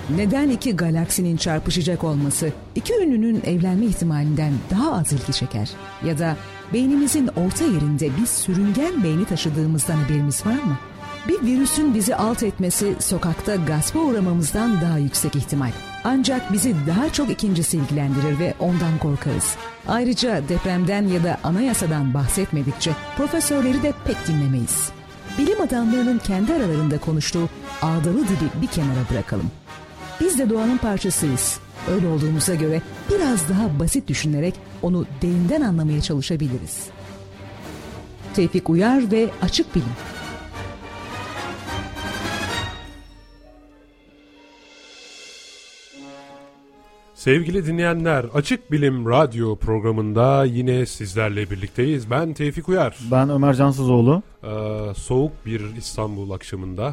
Neden iki galaksinin çarpışacak olması iki ünlünün evlenme ihtimalinden daha az ilgi çeker? Ya da beynimizin orta yerinde bir sürüngen beyni taşıdığımızdan haberimiz var mı? Bir virüsün bizi alt etmesi sokakta gaspa uğramamızdan daha yüksek ihtimal. Ancak bizi daha çok ikincisi ilgilendirir ve ondan korkarız. Ayrıca depremden ya da anayasadan bahsetmedikçe profesörleri de pek dinlemeyiz. Bilim adamlarının kendi aralarında konuştuğu ağdalı dili bir kenara bırakalım. Biz de doğanın parçasıyız. Öyle olduğumuza göre biraz daha basit düşünerek onu derinden anlamaya çalışabiliriz. Tevfik Uyar ve Açık Bilim. Sevgili dinleyenler, Açık Bilim Radyo programında yine sizlerle birlikteyiz. Ben Tevfik Uyar. Ben Ömer Cansızoğlu. Soğuk bir İstanbul akşamında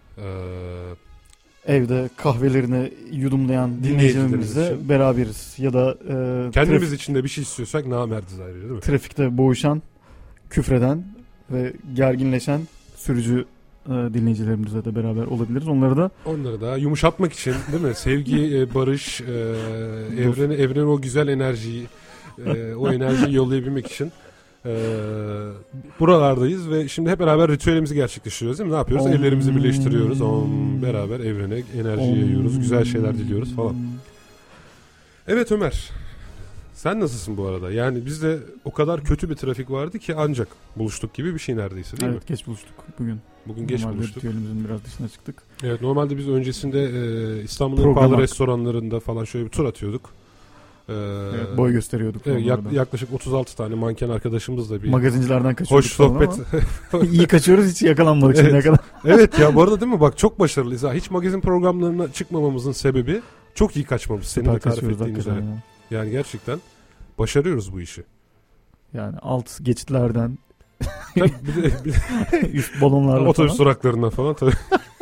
evde kahvelerini yudumlayan dinleyicilerimizle beraberiz. Ya da kendimiz için de bir şey istiyorsak namerdiz ayrıca, değil mi? Trafikte boğuşan, küfreden ve gerginleşen sürücü dinleyicilerimizle de beraber olabiliriz. Onları da yumuşatmak için, değil mi? Sevgi, barış, evrene o güzel enerjiyi, o enerjiyi yollayabilmek için buralardayız ve şimdi hep beraber ritüelimizi gerçekleştiriyoruz, değil mi? Ne yapıyoruz? Ellerimizi birleştiriyoruz. Beraber evrene enerji yayıyoruz. Güzel şeyler diliyoruz falan. Evet Ömer. Sen nasılsın bu arada? Yani bizde o kadar kötü bir trafik vardı ki ancak buluştuk gibi bir şey neredeyse, değil mi? Evet, geç buluştuk bugün. Bugün geç buluştuk. Ritüelimizin biraz dışına çıktık. Evet, normalde biz öncesinde İstanbul'un pahalı restoranlarında falan şöyle bir tur atıyorduk. Evet, boy gösteriyorduk. Evet, yaklaşık 36 tane manken arkadaşımızla bir magazincilerden kaçıyorduk. Hoş sohbet. İyi kaçıyoruz, hiç yakalanmadık. Evet. Evet ya, bu arada değil mi? Bak, çok başarılıyız. Hiç magazin programlarına çıkmamamızın sebebi çok iyi kaçmamız. Senin de tarif ettiğin üzere. Yani gerçekten başarıyoruz bu işi. Yani alt geçitlerden bir de üst balonlarla otobüs duraklarından falan tabii.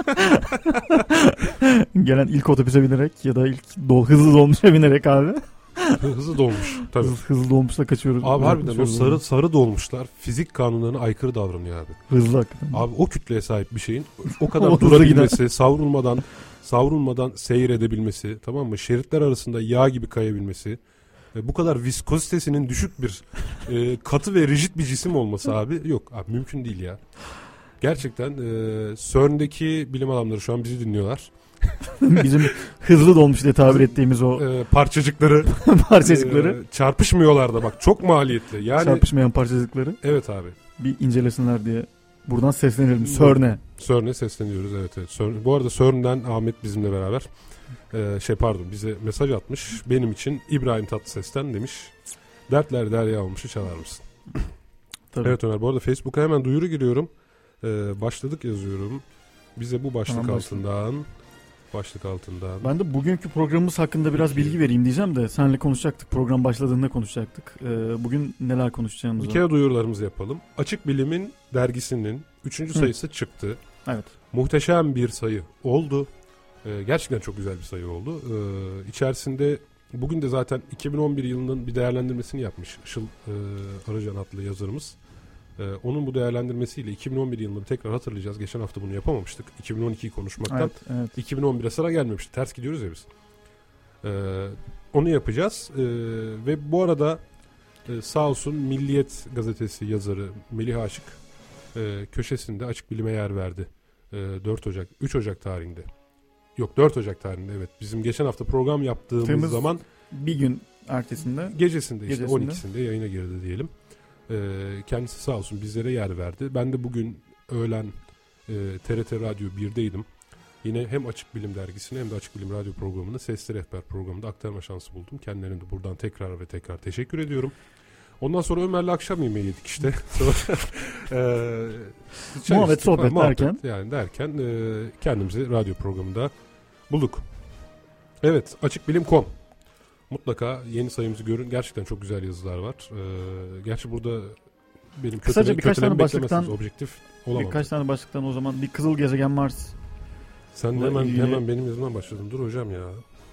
Gelen ilk otobüse binerek ya da ilk hızlı dolmuşa binerek abi. Hızlı dolmuş tabii. Hızlı dolmuşla kaçıyoruz. Abi harbiden o sarı dolmuşlar fizik kanunlarına aykırı davranıyor abi. Hızlı hakikaten. Abi o kütleye sahip bir şeyin o kadar durabilmesi, savrulmadan seyredebilmesi, tamam mı? Şeritler arasında yağ gibi kayabilmesi. Bu kadar viskozitesinin düşük bir katı ve rigid bir cisim olması abi yok abi, mümkün değil ya. Gerçekten CERN'deki bilim adamları şu an bizi dinliyorlar. Bizim hızlı dolmuş diye tabir ettiğimiz o parçacıkları çarpışmıyorlar da bak, çok maliyetli. Yani çarpışmayan parçacıkları. Evet abi. Bir incelesinler diye buradan seslenelim. CERN'e sesleniyoruz, evet. CERN. Bu arada CERN'den Ahmet bizimle beraber bize mesaj atmış. Benim için İbrahim Tatlıses'ten demiş. Dertler derya olmuşu çalar mısın? Tabii. Evet Ömer, bu arada Facebook'a hemen duyuru giriyorum. Başladık yazıyorum. Bize bu başlık altından. Ben de bugünkü programımız hakkında biraz bilgi vereyim diyeceğim de seninle konuşacaktık. Program başladığında konuşacaktık. Bugün neler konuşacağımızı. Bir kere duyurularımızı yapalım. Açık Bilim'in dergisinin 3. sayısı çıktı. Evet. Muhteşem bir sayı oldu. Gerçekten çok güzel bir sayı oldu. İçerisinde bugün de zaten 2011 yılının bir değerlendirmesini yapmış Işıl Arıcan adlı yazarımız. Onun bu değerlendirmesiyle 2011 yılını tekrar hatırlayacağız. Geçen hafta bunu yapamamıştık. 2012'yi konuşmaktan. Evet. 2011'e sıra gelmemişti. Ters gidiyoruz ya biz. Onu yapacağız. Ve bu arada sağ olsun Milliyet gazetesi yazarı Melih Aşık köşesinde Açık Bilim'e yer verdi. 3 Ocak tarihinde. Yok, 4 Ocak tarihinde, evet. Bizim geçen hafta program yaptığımız zaman bir gün ertesinde gecesinde 12'sinde yayına girdi diyelim. Kendisi sağ olsun bizlere yer verdi. Ben de bugün öğlen TRT Radyo 1'deydim. Yine hem Açık Bilim dergisini hem de Açık Bilim Radyo programını Sesli Rehber programında aktarma şansı buldum. Kendilerine de buradan tekrar teşekkür ediyorum. Ondan sonra Ömer'le akşam yemeği yedik işte. Muhabbet sohbet derken kendimizi radyo programında bulduk. Evet, açıkbilim.com. Mutlaka yeni sayımızı görün. Gerçekten çok güzel yazılar var. Gerçi burada benim birkaç tane başlıktan objektif olamam. Birkaç tane başlıktan o zaman bir kızıl gezegen Mars. Sen hemen benim yazımdan başladın. Dur hocam ya.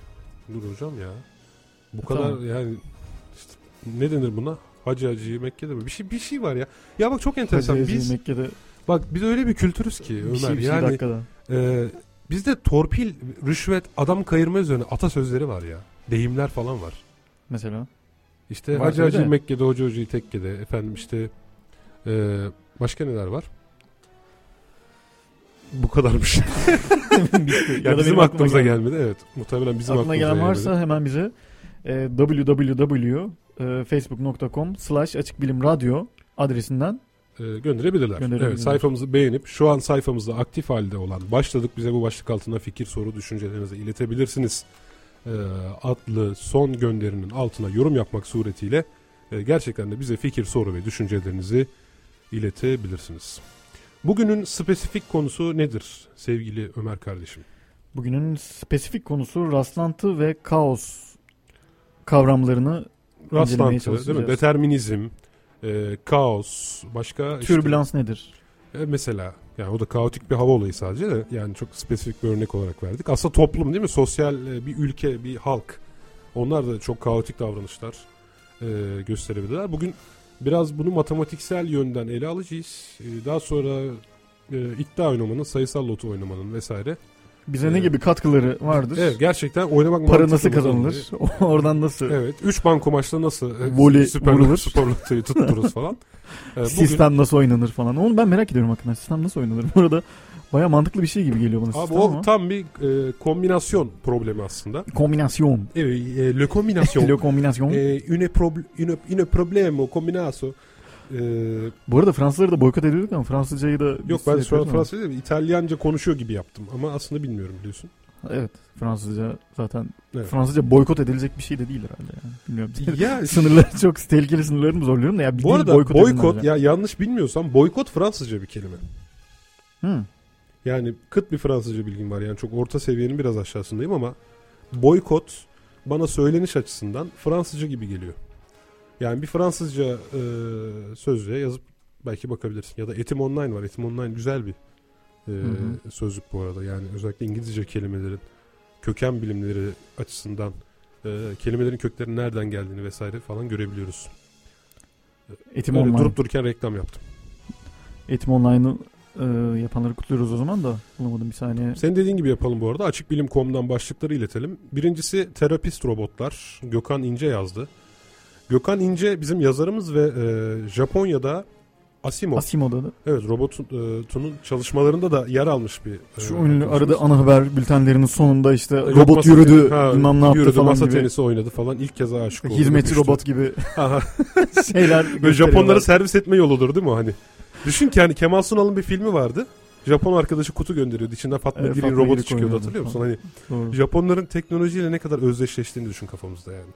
Bu kadar yani işte, ne denir buna? Hacı Mekke'de mi? Bir şey var ya. Ya bak, çok enteresan. Hacı Mekke'de. Bak biz öyle bir kültürüz ki Ömer. Bir şey yani Bizde torpil, rüşvet, adam kayırma üzerine atasözleri var ya. Deyimler falan var. Mesela? İşte Hacı Hacı Mekke'de, Hoca Hoca'yı tekkede. Efendim işte başka neler var? Bu kadarmış. Ya bizim aklımıza gelmedi. Evet. Muhtemelen bizim aklımıza gelmedi. Aklına gelen varsa hemen bize www.facebook.com/açıkbilimradyo adresinden gönderebilirler. Evet, sayfamızı beğenip şu an sayfamızda aktif halde olan başladık bize bu başlık altında fikir, soru, düşüncelerinizi iletebilirsiniz adlı son gönderinin altına yorum yapmak suretiyle gerçekten de bize fikir, soru ve düşüncelerinizi iletebilirsiniz. Bugünün spesifik konusu nedir sevgili Ömer kardeşim? Bugünün spesifik konusu rastlantı ve kaos kavramlarını incelemeye çalışacağız. Değil mi? Determinizm, kaos, başka türbülans nedir? Mesela yani o da kaotik bir hava olayı sadece de yani çok spesifik bir örnek olarak verdik. Aslında toplum değil mi? Sosyal bir ülke, bir halk. Onlar da çok kaotik davranışlar gösterebilirler. Bugün biraz bunu matematiksel yönden ele alacağız. Daha sonra iddia oynamanın, sayısal loto oynamanın vesaire. Bize ne gibi katkıları vardır? Evet, gerçekten oynamak para nasıl kazanılır? Oradan nasıl? Evet, 3 banko maçta nasıl Süper Loto'yu tuttururuz falan. Sistem nasıl oynanır falan. Onu ben merak ediyorum hakikaten. Sistem nasıl oynanır? Burada baya mantıklı bir şey gibi geliyor bana. Abi o tam bir kombinasyon problemi aslında. Kombinasyon. Evet, le kombinasyon. Le kombinasyon. Une problème o kombinasyon. Bu arada Fransızları da boykot ediyorduk ama Fransızcayı da... Yok ben şu an Fransızca değil, İtalyanca konuşuyor gibi yaptım ama aslında bilmiyorum biliyorsun. Evet, Fransızca zaten evet. Fransızca boykot edilecek bir şey de değil herhalde yani. Bilmiyorum. Ya, sınırları çok tehlikeli, sınırlarını zorluyorum da ya. Bu arada boykot ya yanlış bilmiyorsam boykot Fransızca bir kelime. Yani kıt bir Fransızca bilgim var yani çok orta seviyenin biraz aşağısındayım ama boykot bana söyleniş açısından Fransızca gibi geliyor. Yani bir Fransızca sözlüğe yazıp belki bakabilirsin. Ya da Etim Online var. Etim Online güzel bir sözlük bu arada. Yani özellikle İngilizce kelimelerin köken bilimleri açısından kelimelerin köklerinin nereden geldiğini vesaire falan görebiliyoruz. Etim Online. Durup dururken reklam yaptım. Etim Online'ı yapanları kutluyoruz o zaman da. Bulamadım bir saniye. Senin dediğin gibi yapalım bu arada. Açıkbilim.com'dan başlıkları iletelim. Birincisi terapist robotlar. Gökhan İnce yazdı. Gökhan İnce bizim yazarımız ve Japonya'da Asimo'da da. Evet, robotunun çalışmalarında da yer almış bir. Şu ünlü arada ana haber bültenlerinin sonunda işte robot yürüdü, bilmem ne yaptı yürüdü, falan masa gibi. tenisi oynadı falan. İlk kez aşık oldu. Hizmetçi robot gibi şeyler. Böyle Japonları servis etme yoludur değil mi hani? Düşün ki hani Kemal Sunal'ın bir filmi vardı. Japon arkadaşı kutu gönderiyordu. İçinden Fatma Giri robotu çıkıyordu, hatırlıyor musun? Hani doğru. Japonların teknolojiyle ne kadar özdeşleştiğini düşün kafamızda yani.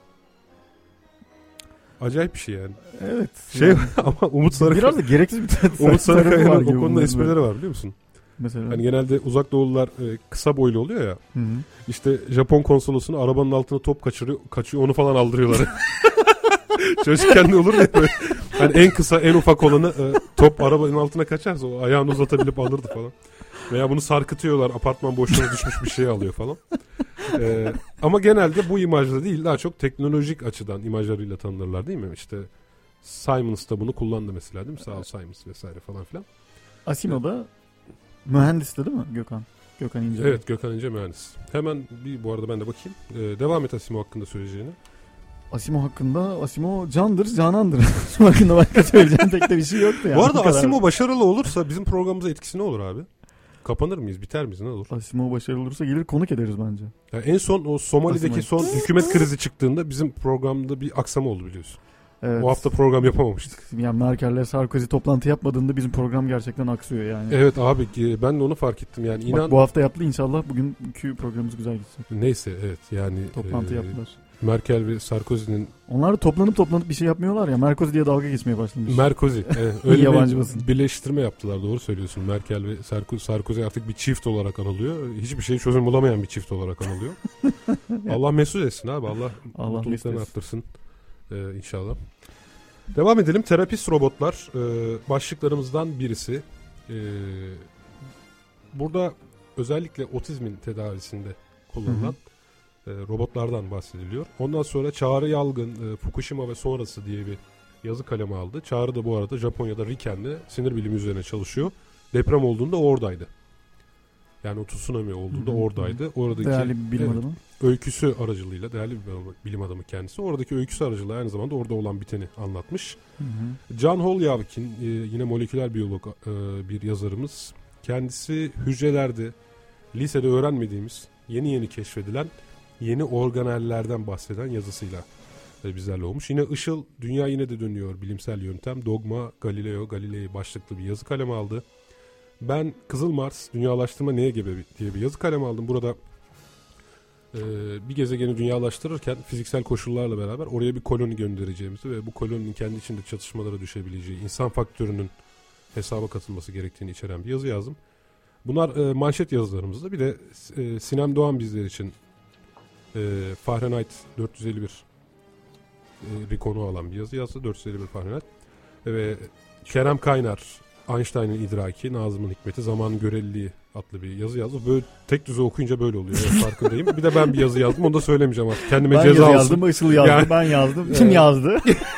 Acayip bir şey yani. Evet. Yani. Ama Umut Sarıkaya. Biraz da gereksiz bir Umut Sarıkaya'nın o konuda esprileri var biliyor musun? Mesela. Hani genelde uzak doğulular kısa boylu oluyor ya. Hı-hı. İşte Japon konsolosunu arabanın altına top kaçıyor onu falan aldırıyorlar. Çocukken de olur ya böyle. Hani en kısa en ufak olanı top arabanın altına kaçarsa o ayağını uzatabilip alırdı falan. Veya bunu sarkıtıyorlar, apartman boşluğuna düşmüş bir şey alıyor falan. Ama genelde bu imajla değil, daha çok teknolojik açıdan imajlarıyla tanınırlar değil mi? İşte Simons da bunu kullandı mesela değil mi? Sağ ol Simons vesaire falan filan. Asimo'da mühendisti değil mi Gökhan? Gökhan İnce. Evet, Gökhan İnce mühendis. Hemen bu arada ben de bakayım. Devam et Asimo hakkında söyleyeceğini. Asimo hakkında, Asimo candır, canandır. Asimo hakkında başka söyleyeceğim pek de bir şey yoktu yani. Bu arada Asimo başarılı olursa bizim programımıza etkisi ne olur abi? Kapanır mıyız? Biter miyiz? Ne olur? Asimo başarılı olursa gelir konuk ederiz bence. Yani en son o Somali'deki son hükümet krizi çıktığında bizim programda bir aksama oldu biliyorsun. Evet. O hafta program yapamamıştık. Yani Merkel'le Sarkozy toplantı yapmadığında bizim program gerçekten aksıyor yani. Evet abi ben de onu fark ettim yani. Bak, bu hafta yaptı inşallah bugünkü programımız güzel gidecek. Neyse evet yani. Toplantı yaptılar. Merkel ve Sarkozy'nin... Onlar da toplanıp bir şey yapmıyorlar ya. Merkozy diye dalga geçmeye başlamış. Merkozy. Öyle yabancı bir birleştirme yaptılar. Doğru söylüyorsun. Merkel ve Sarkozy artık bir çift olarak anılıyor. Hiçbir şey çözüm bulamayan bir çift olarak anılıyor. Allah mesut etsin abi. Allah mutluluklarını arttırsın. İnşallah. Devam edelim. Terapist robotlar. Başlıklarımızdan birisi. Burada özellikle otizmin tedavisinde kullanılan robotlardan bahsediliyor. Ondan sonra Çağrı Yalgın, Fukushima ve sonrası diye bir yazı kalemi aldı. Çağrı da bu arada Japonya'da Riken'de sinir bilimi üzerine çalışıyor. Deprem olduğunda oradaydı. Yani o tsunami olduğunda oradaydı. Oradaki değerli bir bilim adamı. Öyküsü aracılığıyla, değerli bir bilim adamı kendisi. Oradaki öyküsü aracılığıyla aynı zamanda orada olan biteni anlatmış. John Holyoake'in yine moleküler biyolog bir yazarımız. Kendisi hücrelerde lisede öğrenmediğimiz yeni keşfedilen yeni organellerden bahseden yazısıyla bizlerle olmuş. Yine Işıl Dünya Yine de Dönüyor bilimsel yöntem, Dogma, Galileo Galilei başlıklı bir yazı kaleme aldı. Ben Kızıl Mars Dünyalaştırma Neye Gebe diye bir yazı kaleme aldım. Burada bir gezegeni dünyalaştırırken fiziksel koşullarla beraber oraya bir koloni göndereceğimizi ve bu koloninin kendi içinde çatışmalara düşebileceği, insan faktörünün hesaba katılması gerektiğini içeren bir yazı yazdım. Bunlar manşet yazılarımızda. Bir de Sinem Doğan bizler için Fahrenheit 451 bir konu alan bir yazı yazdı. 451 Fahrenheit. Ve Kerem Kaynar Einstein'ın idraki, Nazım'ın hikmeti, zamanın göreliliği adlı bir yazı yazdı. Böyle tek düze okuyunca böyle oluyor. Evet, farkındayım. Bir de ben bir yazı yazdım. Onu da söylemeyeceğim artık. Kendime ceza olsun. Ben yazdım, Işıl yazdı, yani... ben yazdım. Kim yazdı?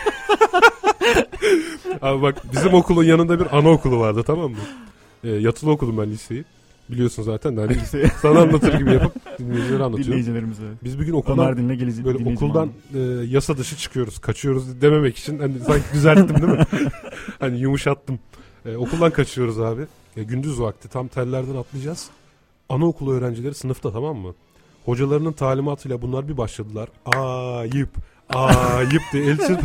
Abi bak, bizim okulun yanında bir anaokulu vardı, tamam mı? Yatılı okudum ben liseyi. Biliyorsun zaten de hani sana anlatır gibi yapıp dinleyicilere anlatıyorum. Dinleyicilerimize. Biz bir gün okuldan böyle okuldan yasa dışı çıkıyoruz, kaçıyoruz dememek için hani sanki düzelttim değil mi? Hani yumuşattım. Okuldan kaçıyoruz abi. Gündüz vakti tam tellerden atlayacağız. Anaokulu öğrencileri sınıfta, tamam mı? Hocalarının talimatıyla bunlar bir başladılar. Ayıp diye el çırp.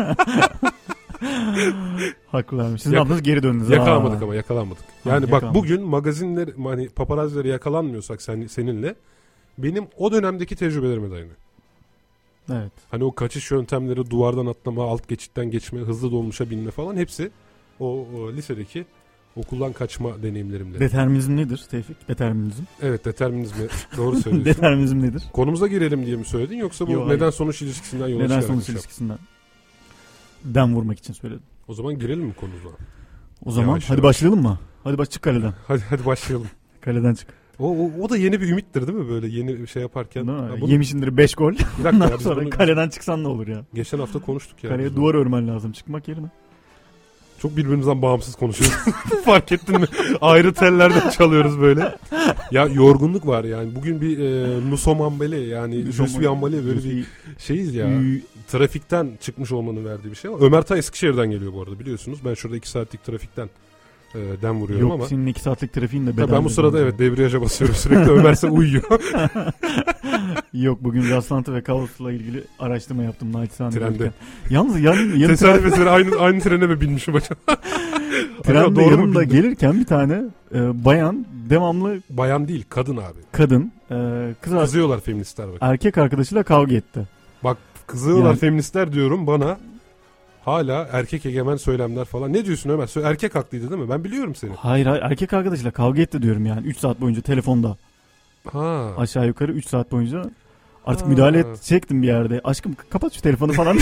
Haklılarmış. Siz ne yaptınız? Geri döndünüz. Yakalanmadık. Yani bak, bugün magazinler, hani paparazzilere yakalanmıyorsak seninle, benim o dönemdeki tecrübelerime dayanıyor. Evet. Hani o kaçış yöntemleri, duvardan atlama, alt geçitten geçme, hızlı dolmuşa binme falan, hepsi o lisedeki okuldan kaçma deneyimlerimde. Determinizm nedir Tevfik? Determinizm. Evet, determinizmi doğru söylüyorsun. Determinizm nedir? Konumuza girelim diye mi söyledin, yoksa bu neden-sonuç ilişkisinden yola çıkarak? Neden-sonuç ilişkisinden dem vurmak için söyledim. O zaman girelim mi konumuza? O zaman yavaş hadi başlayalım mı? Hadi çık kaleden. Hadi başlayalım. Kaleden çık. O da yeni bir ümittir değil mi, böyle yeni bir şey yaparken? Yemişindir 5 gol. Bir dakika ya, sonra kaleden çıksan ne olur ya? Geçen hafta konuştuk ya. Kaleye duvar örmen lazım çıkmak yerine. Çok birbirimizden bağımsız konuşuyoruz. Fark ettin mi? Ayrı tellerden çalıyoruz böyle. Ya yorgunluk var yani. Bugün bir Nusomambele, yani Jüsvi Ambale, böyle bir şeyiz ya. Trafikten çıkmış olmanın verdiği bir şey var. Ömer Tay Eskişehir'den geliyor bu arada, biliyorsunuz. Ben şurada 2 saatlik trafikten dem vuruyorum. Yok, ama. Yok, senin 2 saatlik trafiğin de bedava. Ben bu sırada evet debriyaja basıyorum sürekli. Ömerse uyuyor. Yok, bugün rastlantı ve kaosla ilgili araştırma yaptım naçizane. Trende. Yalnız tesadüf eseri aynı trene mi binmişim acaba? Trende yanımda gelirken bir tane bayan devamlı... Bayan değil, kadın abi. Kadın. Kızıyorlar feministler bak. Erkek arkadaşıyla kavga etti. Bak, kızıyorlar feministler diyorum bana. Hala erkek egemen söylemler falan. Ne diyorsun Ömer? Erkek haklıydı değil mi? Ben biliyorum seni. Hayır, erkek arkadaşıyla kavga etti diyorum yani. 3 saat boyunca telefonda. Ha. Aşağı yukarı 3 saat boyunca. Artık müdahale edecektim bir yerde. Aşkım kapat şu telefonu falan.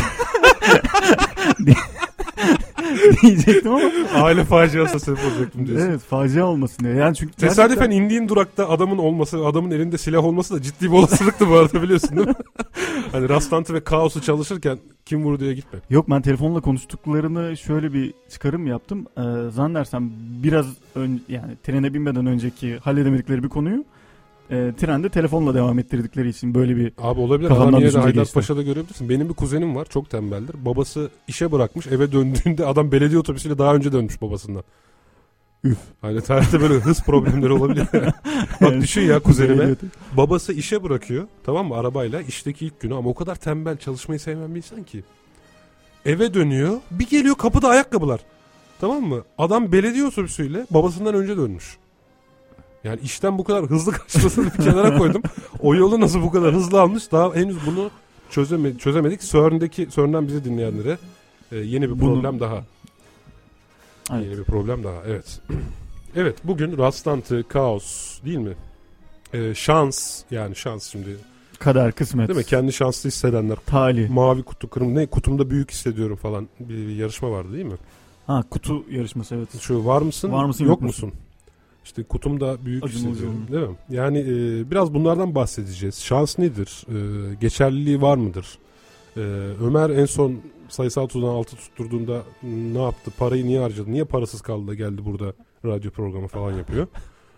Diyecektim ama. Aile faciasına sebep olacaktım diyorsun. Evet, facia olmasın diye. Yani çünkü tesadüfen gerçekten... indiğin durakta adamın olması, adamın elinde silah olması da ciddi bir olasılıktı bu arada, biliyorsun değil mi? Hani rastlantı ve kaosu çalışırken kim vurduya gitme. Yok, ben telefonla konuştuklarını şöyle bir çıkarım yaptım. Zannedersem biraz yani trene binmeden önceki halledemedikleri bir konuyu trende telefonla devam ettirdikleri için böyle bir... Abi olabilir. Haramiye'de Haydarpaşa'da görebilirsin. Benim bir kuzenim var, çok tembeldir. Babası işe bırakmış, eve döndüğünde adam belediye otobüsüyle daha önce dönmüş babasından. Üf. Hani tarihte böyle hız problemleri olabilir. Bak düşün ya, kuzenime. Babası işe bırakıyor, tamam mı, arabayla, işteki ilk günü, ama o kadar tembel, çalışmayı sevmeyen bir insan ki. Eve dönüyor, bir geliyor kapıda ayakkabılar. Tamam mı? Adam belediye otobüsüyle babasından önce dönmüş. Yani işten bu kadar hızlı kaçmasını bir kenara koydum. O yolu nasıl bu kadar hızlı almış, daha henüz bunu çözemedik. CERN'den bizi dinleyenlere yeni bir problem daha. Evet. Yeni bir problem daha, evet. Evet, bugün rastlantı, kaos değil mi? Şans, yani şans şimdi. Kader, kısmet. Değil mi? Kendi şanslı hissedenler. Talih. Mavi kutu, kırmızı, kutumda büyük hissediyorum falan bir yarışma vardı değil mi? Ha, kutu yarışması, evet. Şu var mısın yok musun? İşte kutumda büyük hissediyorum, değil mi? Yani biraz bunlardan bahsedeceğiz. Şans nedir? Geçerliliği var mıdır? Ömer en son sayısal tuzağı 6 tutturduğunda ne yaptı? Parayı niye harcadı? Niye parasız kaldı da geldi burada radyo programı falan yapıyor?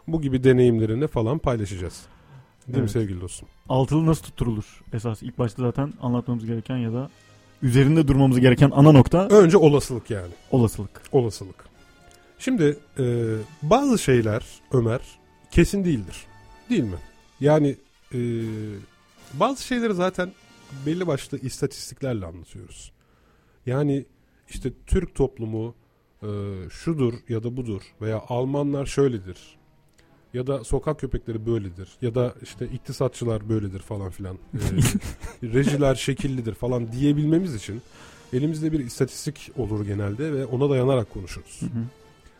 bu gibi deneyimlerini falan paylaşacağız. Değil mi Evet. sevgili dostum? Altılı nasıl tutturulur? Esas ilk başta zaten anlatmamız gereken ya da üzerinde durmamız gereken ana nokta Önce olasılık yani. olasılık. Olasılık. Şimdi bazı şeyler Ömer kesin değildir. Değil mi? Yani bazı şeyleri zaten belli başlı istatistiklerle anlatıyoruz. Yani işte Türk toplumu şudur ya da budur veya Almanlar şöyledir ya da sokak köpekleri böyledir ya da işte iktisatçılar böyledir falan filan. Rejiler şekillidir falan diyebilmemiz için elimizde bir istatistik olur genelde ve ona dayanarak konuşuruz. Hı hı.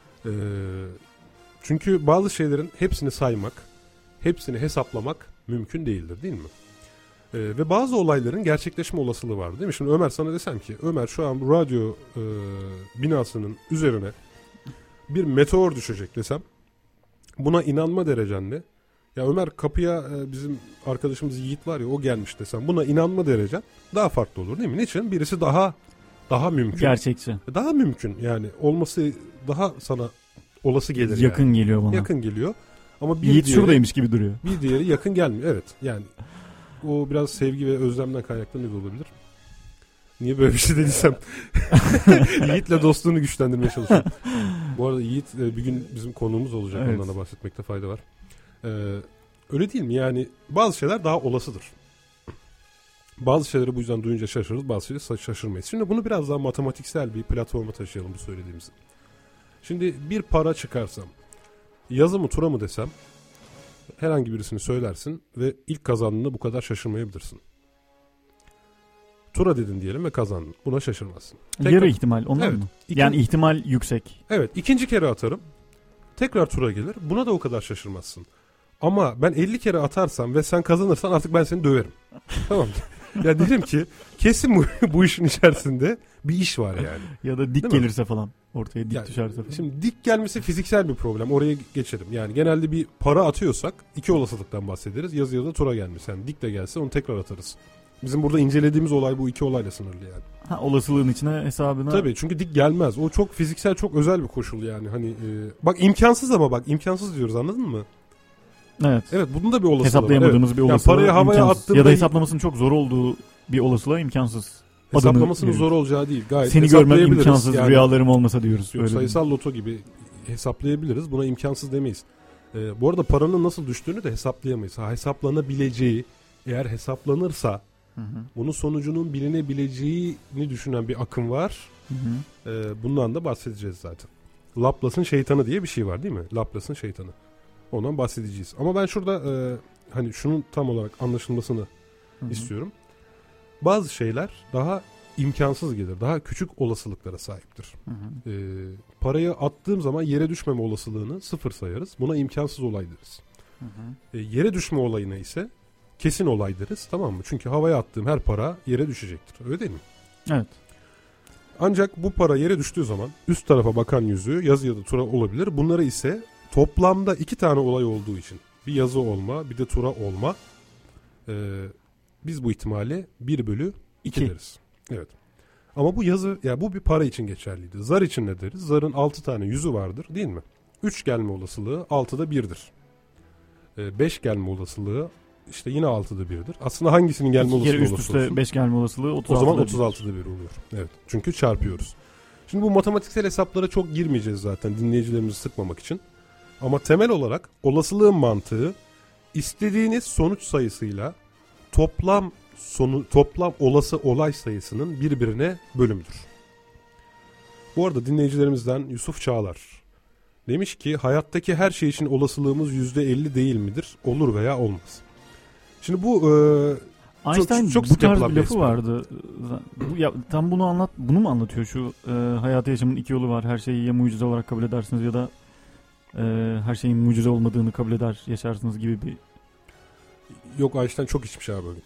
Çünkü bazı şeylerin hepsini saymak, hepsini hesaplamak mümkün değildir, değil mi? Ve bazı olayların gerçekleşme olasılığı var, değil mi? Şimdi Ömer, sana desem ki Ömer şu an bu radyo binasının üzerine bir meteor düşecek desem, buna inanma derecen ne? Ya Ömer, kapıya bizim arkadaşımız Yiğit var ya, o gelmiş desem, buna inanma derecen daha farklı olur, değil mi? Niçin? Birisi daha mümkün. Gerçekçi. Daha mümkün yani, olması daha sana olası gelir. Yakın yani. geliyor bana. Yakın geliyor. Ama bir Yiğit diğeri, şuradaymış gibi duruyor. bir diğeri yakın gelmiyor. Evet yani o biraz sevgi ve özlemden kaynaklanıyor da olabilir. Niye böyle bir şey dediysem. Yiğit'le dostluğunu güçlendirmeye çalışıyorum. Bu arada Yiğit bir gün bizim konuğumuz olacak. Evet. Ondan da bahsetmekte fayda var. Öyle değil mi? Yani bazı şeyler daha olasıdır. Bazı şeyleri bu yüzden duyunca şaşırırız, bazı şeyleri şaşırmayız. Şimdi bunu biraz daha matematiksel bir platforma taşıyalım bu söylediğimizi. Şimdi bir para çıkarsam, yazı mı tura mı desem, herhangi birisini söylersin ve ilk kazandığında bu kadar şaşırmayabilirsin. Tura dedin diyelim ve kazandın. Buna şaşırmazsın. Yarı ihtimal ondan Evet. mı? Yani ihtimal yüksek. Evet, ikinci kere atarım. Tekrar tura gelir. Buna da o kadar şaşırmazsın. Ama ben 50 kere atarsam ve sen kazanırsan artık ben seni döverim. Tamam mı? Ya derim ki kesin bu işin içerisinde bir iş var yani. Ya da dik Değil mi? gelirse falan. Ortaya dik Yani düşerse falan. şimdi dik gelmesi fiziksel bir problem. Oraya geçelim. Yani genelde bir para atıyorsak iki olasılıktan bahsederiz. Yazı ya da tura gelmesi. Yani dik de gelse onu tekrar atarız. Bizim burada incelediğimiz olay bu iki olayla sınırlı yani. Ha, olasılığın içine hesabına. Tabii, çünkü dik gelmez. O çok fiziksel, çok özel bir koşul yani. Hani bak imkansız, ama bak imkansız diyoruz, anladın mı? Evet. Evet, bunun da bir olasılığı Hesaplayamadığımız var. bir Evet. olasılığı Yani parayı havaya imkansız. attığında Ya da hesaplamasının çok zor olduğu bir olasılığa imkansız. hesaplamasının Adını zor olacağı değil. Gayet seni görmem hesaplayabiliriz. imkansız, Yani, rüyalarım olmasa diyoruz. yok, Öyle sayısal loto gibi hesaplayabiliriz. Buna imkansız demeyiz. Bu arada paranın nasıl düştüğünü de hesaplayamayız. Hesaplanabileceği, eğer hesaplanırsa bunun sonucunun bilinebileceğini düşünen bir akım var. Hı hı. Bundan da bahsedeceğiz zaten. Laplace'ın şeytanı diye bir şey var, değil mi? Laplace'ın şeytanı. Ondan bahsedeceğiz. Ama ben şurada hani şunun tam olarak anlaşılmasını istiyorum. Bazı şeyler daha imkansız gelir. Daha küçük olasılıklara sahiptir. Parayı attığım zaman yere düşmeme olasılığını sıfır sayarız. Buna imkansız olay deriz. Yere düşme olayına ise kesin olay deriz. Tamam mı? Çünkü havaya attığım her para yere düşecektir. Öyle değil mi? Evet. Ancak bu para yere düştüğü zaman üst tarafa bakan yüzüğü yazı ya da tura olabilir. Bunları ise toplamda iki tane olay olduğu için, bir yazı olma bir de tura olma, biz bu ihtimali 1/2 deriz. Evet. Ama bu yazı, ya bu bir para için geçerliydi. Zar için ne deriz? Zarın 6 tane yüzü vardır, değil mi? 3 gelme olasılığı 6'da 1'dir. 5 gelme olasılığı işte yine 6'da 1'dir. Aslında hangisinin gelme olasılığı üst olursa üste olsun, 5 gelme olasılığı 36'da o zaman 1. 36'da 1 oluyor. Evet. Çünkü çarpıyoruz. Şimdi bu matematiksel hesaplara çok girmeyeceğiz zaten, dinleyicilerimizi sıkmamak için. Ama temel olarak olasılığın mantığı, istediğiniz sonuç sayısıyla toplam olası olay sayısının birbirine bölümüdür. Bu arada dinleyicilerimizden Yusuf Çağlar demiş ki hayattaki her şey için olasılığımız %50 değil midir? Olur veya olmaz. Şimdi bu Einstein çok bu sık tarz yapılan bir bir lafı espri. vardı. Tam bunu mu anlatıyor şu hayatı yaşamın iki yolu var. Her şeyi ya mucize olarak kabul edersiniz ya da her şeyin mucize olmadığını kabul eder yaşarsınız gibi bir. Yok, Einstein çok içmiş abi bugün.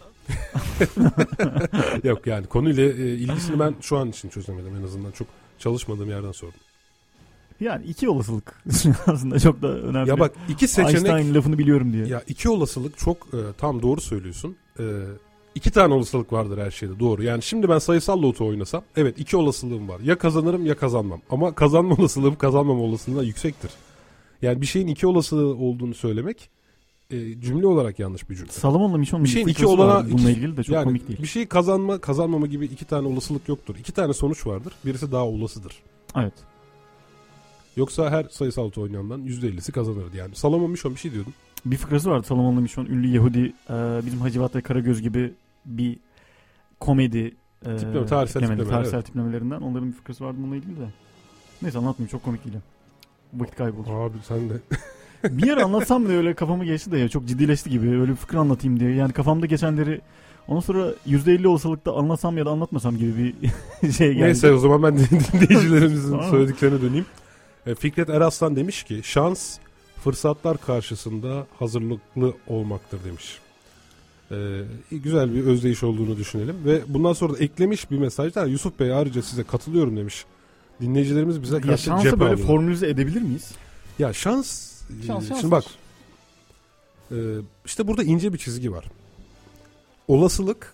Yok yani konuyla ilgisini ben şu an için çözemedim, en azından çok çalışmadığım yerden sordum. Yani iki olasılık aslında çok da önemli. Ya bak, iki seçenek. Einstein lafını biliyorum diye. Ya iki olasılık çok tam doğru söylüyorsun. İki tane olasılık vardır her şeyde, doğru. Yani şimdi ben sayısal loto oynasam, evet, iki olasılığım var. Ya kazanırım ya kazanmam. Ama kazanma olasılığım kazanmama olasılığından yüksektir. Yani bir şeyin iki olasılığı olduğunu söylemek cümle olarak yanlış bir cümle. Salamon'la Michon'un bir şeyin iki olana bununla ilgili de çok yani komik değil. Bir şeyi kazanmama gibi iki tane olasılık yoktur. İki tane sonuç vardır. Birisi daha olasıdır. Evet. Yoksa her sayısal loto oynayandan %50'si kazanırdı yani. Salomon Michon bir şey diyordun. Bir fıkrası vardı Salamon'la Michon, ünlü Yahudi, bizim Hacivat ve Karagöz gibi bir komedi tarihsel tiplemelerinden. Onların bir fıkrası vardı bununla ilgili de. Neyse anlatmayayım, çok komik değil. Vakit kayboldu. Abi sen de. Bir yer anlatsam da öyle kafamı geçti de ya, çok ciddileşti gibi, öyle bir fıkra anlatayım diye. Yani kafamda geçenleri ondan sonra %50 olasılıkta anlatsam ya da anlatmasam gibi bir şey geldi. Neyse o zaman ben dinleyicilerimizin söylediklerine döneyim. Fikret Eraslan demiş ki şans fırsatlar karşısında hazırlıklı olmaktır demiş. Güzel bir özdeyiş olduğunu düşünelim ve bundan sonra da eklemiş bir mesajda Yusuf Bey ayrıca size katılıyorum demiş. Dinleyicilerimiz bize karşı cephe alıyor. Şansı böyle formülize edebilir miyiz? Ya şans şimdi bak işte burada ince bir çizgi var. Olasılık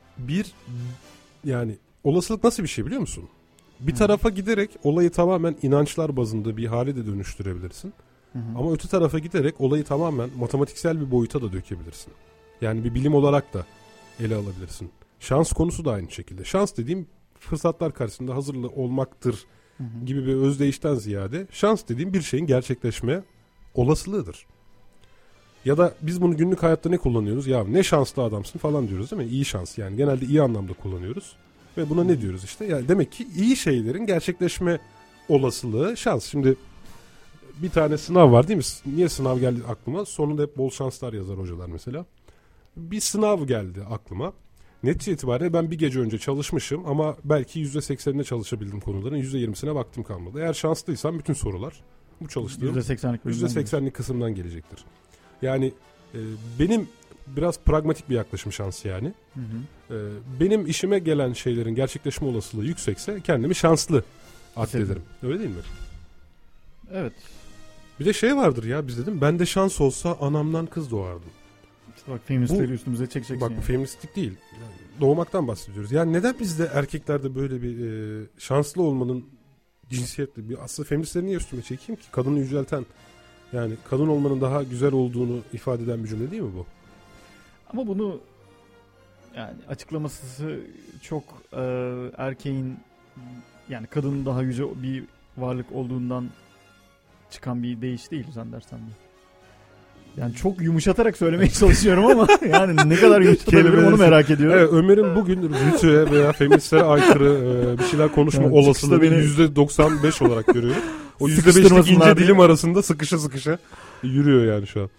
yani olasılık nasıl bir şey biliyor musun? Bir tarafa giderek olayı tamamen inançlar bazında bir hale de dönüştürebilirsin. Ama öte tarafa giderek olayı tamamen matematiksel bir boyuta da dökebilirsin. Yani bir bilim olarak da ele alabilirsin. Şans konusu da aynı şekilde. Şans dediğim fırsatlar karşısında hazırlı olmaktır gibi bir özdeyişten ziyade şans dediğim bir şeyin gerçekleşme olasılığıdır. Ya da biz bunu günlük hayatta ne kullanıyoruz? Ya ne şanslı adamsın falan diyoruz değil mi? İyi şans yani genelde iyi anlamda kullanıyoruz. Ve buna ne diyoruz işte? Yani demek ki iyi şeylerin gerçekleşme olasılığı şans. Şimdi bir tane sınav var değil mi? Niye sınav geldi aklıma? Sonunda hep bol şanslar yazar hocalar mesela. Bir sınav geldi aklıma. Netice itibariyle ben bir gece önce çalışmışım ama belki %80'ine çalışabildim konuların. %20'sine vaktim kalmadı. Eğer şanslıysam bütün sorular bu çalıştığım %80'lik kısımdan gelecektir. Yani benim biraz pragmatik bir yaklaşım şans yani. Benim işime gelen şeylerin gerçekleşme olasılığı yüksekse kendimi şanslı addederim. Öyle değil mi? Evet. Bir de şey vardır ya biz dedim bende şans olsa anamdan kız doğardım. Bak feministleri üstümüze çekeceksin. Bak yani. Bu feministlik değil. Yani doğmaktan bahsediyoruz. Yani neden bizde erkeklerde böyle bir şanslı olmanın cinsiyetli bir aslında feministleri niye üstüme çekeyim ki? Kadını yücelten yani kadın olmanın daha güzel olduğunu ifade eden bir cümle değil mi bu? Ama bunu yani açıklaması çok erkeğin yani kadının daha yüce bir varlık olduğundan çıkan bir deyiş değil zannedersem. Yani çok yumuşatarak söylemeye çalışıyorum ama yani ne kadar yumuşatabilirim onu merak ediyorum. Evet, Ömer'in bugün rütüye veya feministlere aykırı bir şeyler konuşma yani olasılığı %95 olarak görüyorum. O %5'lik ince dilim arasında sıkışa yürüyor yani şu an.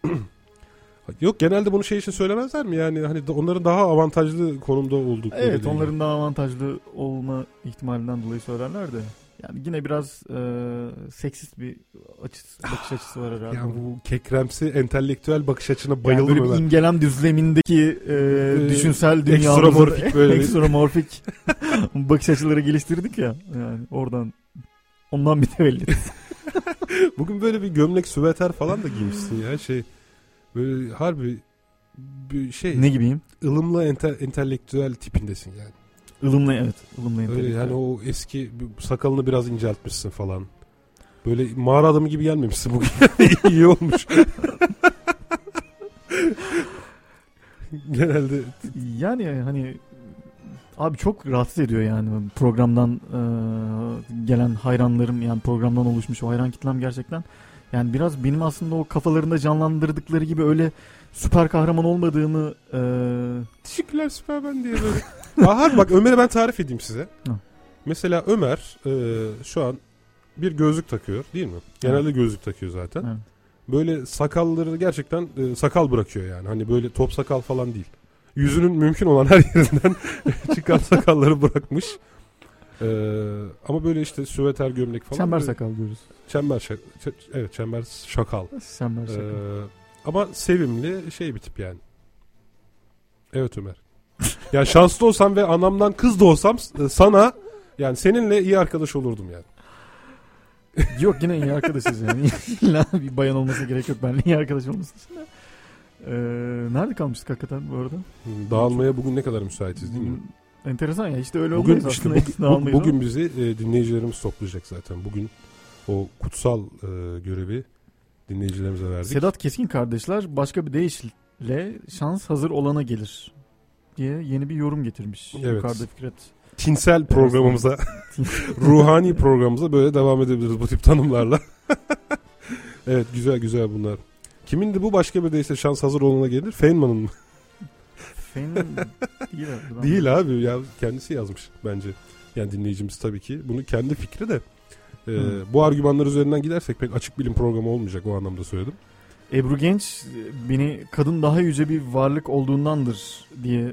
Yok genelde bunu şey için söylemezler mi? Yani hani onların daha avantajlı konumda oldukları. Evet onların daha avantajlı ihtimalinden dolayı söylerler de. Yani yine biraz seksist bir bakış açısı var herhalde. Yani bu kekremsi entelektüel bakış açına bayıldım. Yani böyle bir imgelem düzlemindeki düşünsel dünyamızı ekstromorfik bakış açıları geliştirdik ya. Yani ondan bir tevellit. Bugün böyle bir gömlek süveter falan da giymişsin ya böyle harbi bir şey. Ne gibiyim? Ilımlı entelektüel tipindesin yani. Ilımlı evet. Ilımlı öyle yani o eski sakalını biraz inceltmişsin falan. Böyle mağara adamı gibi gelmemişsin bugün. İyi olmuş. Genelde. Yani hani abi çok rahatsız ediyor yani programdan gelen hayranlarım yani programdan oluşmuş o hayran kitlem gerçekten. Yani biraz benim aslında o kafalarında canlandırdıkları gibi öyle süper kahraman olmadığımı teşekkürler Süperman diye böyle. Aha bak Ömer'e ben tarif edeyim size. Mesela Ömer şu an bir gözlük takıyor değil mi? Genelde gözlük takıyor zaten. Evet. Böyle sakalları gerçekten sakal bırakıyor yani. Hani böyle top sakal falan değil. Yüzünün mümkün olan her yerinden çıkan sakalları bırakmış. Ama böyle işte süveter gömlek falan. Çember sakal diyoruz. Çember şakal. Çember sakal. Ama sevimli bir tip yani. Evet Ömer. Yani şanslı olsam ve anamdan kız da olsam sana yani seninle iyi arkadaş olurdum yani. Yok yine iyi arkadaşız yani. İlla bir bayan olması gerek yok. Benimle iyi arkadaş olması için de. Nerede kalmıştık hakikaten bu arada? Dağılmaya bugün ne kadar müsaitiz değil mi? Enteresan ya işte öyle olmayız aslında. Bugün bizi dinleyicilerimiz toplayacak zaten. Bugün o kutsal görevi dinleyicilerimize verdik. Sedat Keskin kardeşler başka bir deyişle şans hazır olana gelir diye yeni bir yorum getirmiş. Evet. Yukarıda Fikret. Tinsel programımıza, ruhani programımıza böyle devam edebiliriz bu tip tanımlarla. Evet, güzel bunlar. Kimindi bu, başka bir deyişle şans hazır olana gelir? Feynman'ın mı? Feynman değil abi. Değil abi ya, kendisi yazmış bence. Yani dinleyicimiz tabii ki. Bunu kendi fikri de. Bu argümanlar üzerinden gidersek pek açık bilim programı olmayacak, o anlamda söyledim. Ebru Genç beni kadın daha yüce bir varlık olduğundandır diye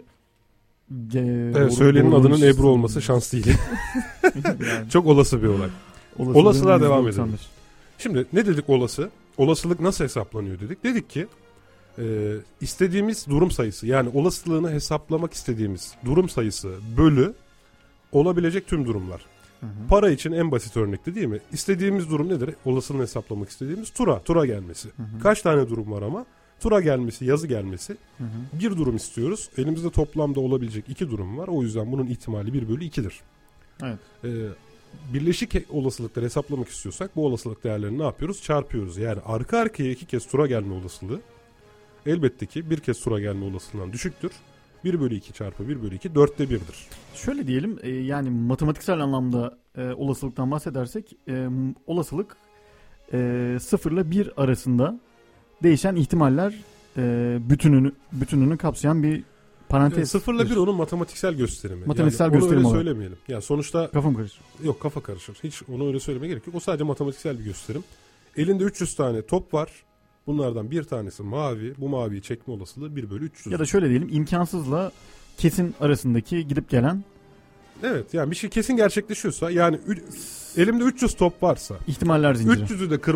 evet, söyleyenin adının Ebru olması şans değil. Yani. Çok olası bir olay. Olasılığa devam edelim. Şimdi ne dedik olası? Olasılık nasıl hesaplanıyor dedik. Dedik ki istediğimiz durum sayısı, yani olasılığını hesaplamak istediğimiz durum sayısı bölü olabilecek tüm durumlar. Hı. Para için en basit örnekti değil mi? İstediğimiz durum nedir? Olasılığını hesaplamak istediğimiz tura gelmesi. Hı. Kaç tane durum var ama? Tura gelmesi, yazı gelmesi. Hı. Bir durum istiyoruz. Elimizde toplamda olabilecek 2 durum var. O yüzden bunun ihtimali 1/2'dir. Evet. Birleşik olasılıkları hesaplamak istiyorsak bu olasılık değerlerini ne yapıyoruz? Çarpıyoruz. Yani arka arkaya 2 kez tura gelme olasılığı elbette ki bir kez tura gelme olasılığından düşüktür. 1/2 çarpı 1/2 4'te 1'dir. Şöyle diyelim, yani matematiksel anlamda olasılıktan bahsedersek olasılık 0 ile 1 arasında değişen ihtimaller bütününü kapsayan bir parantez. 0 ile 1 onun matematiksel gösterimi. Matematiksel yani gösterimi onu öyle söylemeyelim. Yani sonuçta kafam karışır. Yok, kafa karışır. Hiç onu öyle söylemeye gerek yok. O sadece matematiksel bir gösterim. Elinde 300 tane top var. Bunlardan bir tanesi mavi. Bu maviyi çekme olasılığı 1/300. Ya da şöyle diyelim, imkansızla kesin arasındaki gidip gelen. Evet, yani bir şey kesin gerçekleşiyorsa, yani elimde 300 top varsa, ihtimaller zinciri. 300'ü de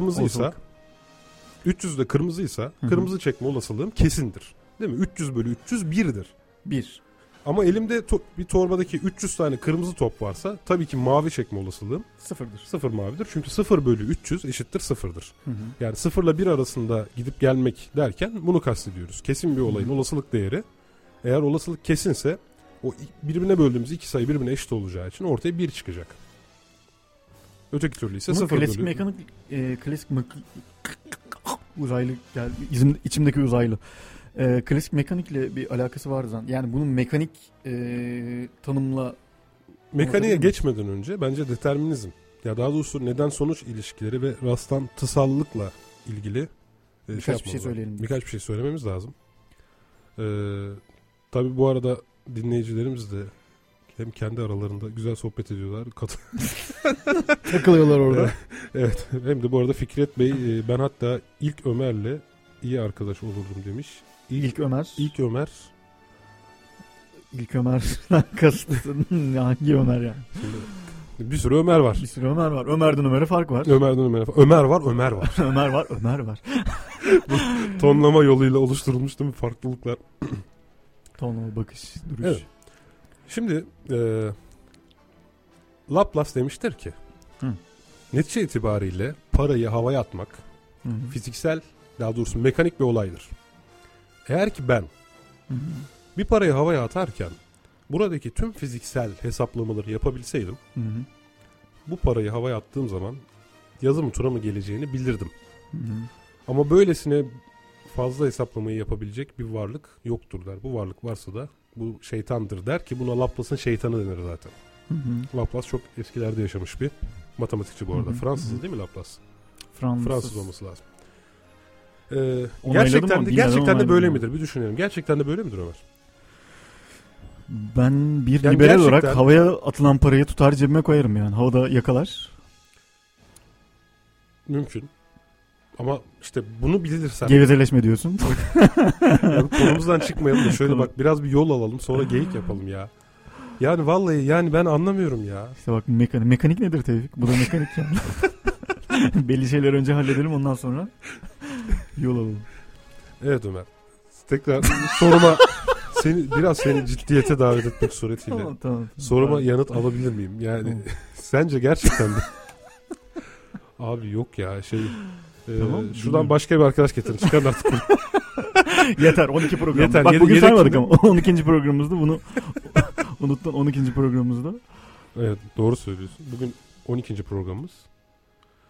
kırmızıysa, kırmızı çekme olasılığım kesindir. Değil mi? 300/300 1'dir. 1. Ama elimde bir torbadaki 300 tane kırmızı top varsa tabii ki mavi çekme olasılığım 0'dır. 0 mavidir. Çünkü 0/300 eşittir 0'dır. Yani 0 ile 1 arasında gidip gelmek derken bunu kastediyoruz. Kesin bir olayın olasılık değeri, eğer olasılık kesinse o birbirine böldüğümüz 2 sayı birbirine eşit olacağı için ortaya 1 çıkacak. Öteki türlü ise 0 klasik mekanik uzaylı geldi. İçimdeki uzaylı. Klasik mekanikle bir alakası var zaten. Yani bunun mekanik tanımla mekaniğe geçmeden önce bence determinizm, ya daha doğrusu neden sonuç ilişkileri ve rastlantısallıkla ilgili birkaç bir şey söyleyelim. Birkaç bir şey söylememiz lazım. Tabii bu arada dinleyicilerimiz de hem kendi aralarında güzel sohbet ediyorlar. Takılıyorlar orada. Evet. Hem de bu arada Fikret Bey, ben hatta ilk Ömer'le iyi arkadaş olurdum demiş. İlk Ömer. İlk Ömer'den kastın hangi Ömer yani? Şimdi bir sürü Ömer var. Ömer'den Ömer'e fark var. Ömer var. Ömer var. Bu tonlama yoluyla oluşturulmuş değil mi farklılıklar? Tonlama, bakış, duruş. Evet. Şimdi Laplace demiştir ki netice itibariyle parayı havaya atmak fiziksel, daha doğrusu mekanik bir olaydır. Eğer ki ben bir parayı havaya atarken buradaki tüm fiziksel hesaplamaları yapabilseydim, bu parayı havaya attığım zaman yazı mı tura mı geleceğini bilirdim. Ama böylesine fazla hesaplamayı yapabilecek bir varlık yoktur der. Bu varlık varsa da bu şeytandır der ki buna Laplace'ın şeytanı denir zaten. Laplace çok eskilerde yaşamış bir matematikçi bu arada. Fransız değil mi Laplace? Fransız olması lazım. Gerçekten de böyle midir? Bir düşünelim. Gerçekten de böyle midir Ömer? Ben bir liberal olarak havaya atılan parayı tutar cebime koyarım yani. Havada yakalar. Mümkün. Ama işte bunu bilirsen... Gevezeleşme diyorsun. Yani konumuzdan çıkmayalım da şöyle bak, biraz bir yol alalım, sonra geyik yapalım ya. Yani vallahi yani ben anlamıyorum ya. İşte bak mekanik nedir Tevfik? Bu da mekanik yani. Belli şeyler önce halledelim, ondan sonra yol alalım. Evet Ömer. Tekrar soruma seni ciddiyete davet etmek suretiyle. Tamam. Soruma yanıt alabilir miyim? Yani sence gerçekten de abi yok ya tamam, şuradan başka bir arkadaş getirin. Çıkarın artık. Yeter 12 program. Yeter, bak bugün saymadık ama 12. programımızda bunu unuttun, 12. programımızda. Evet, doğru söylüyorsun. Bugün 12. programımız.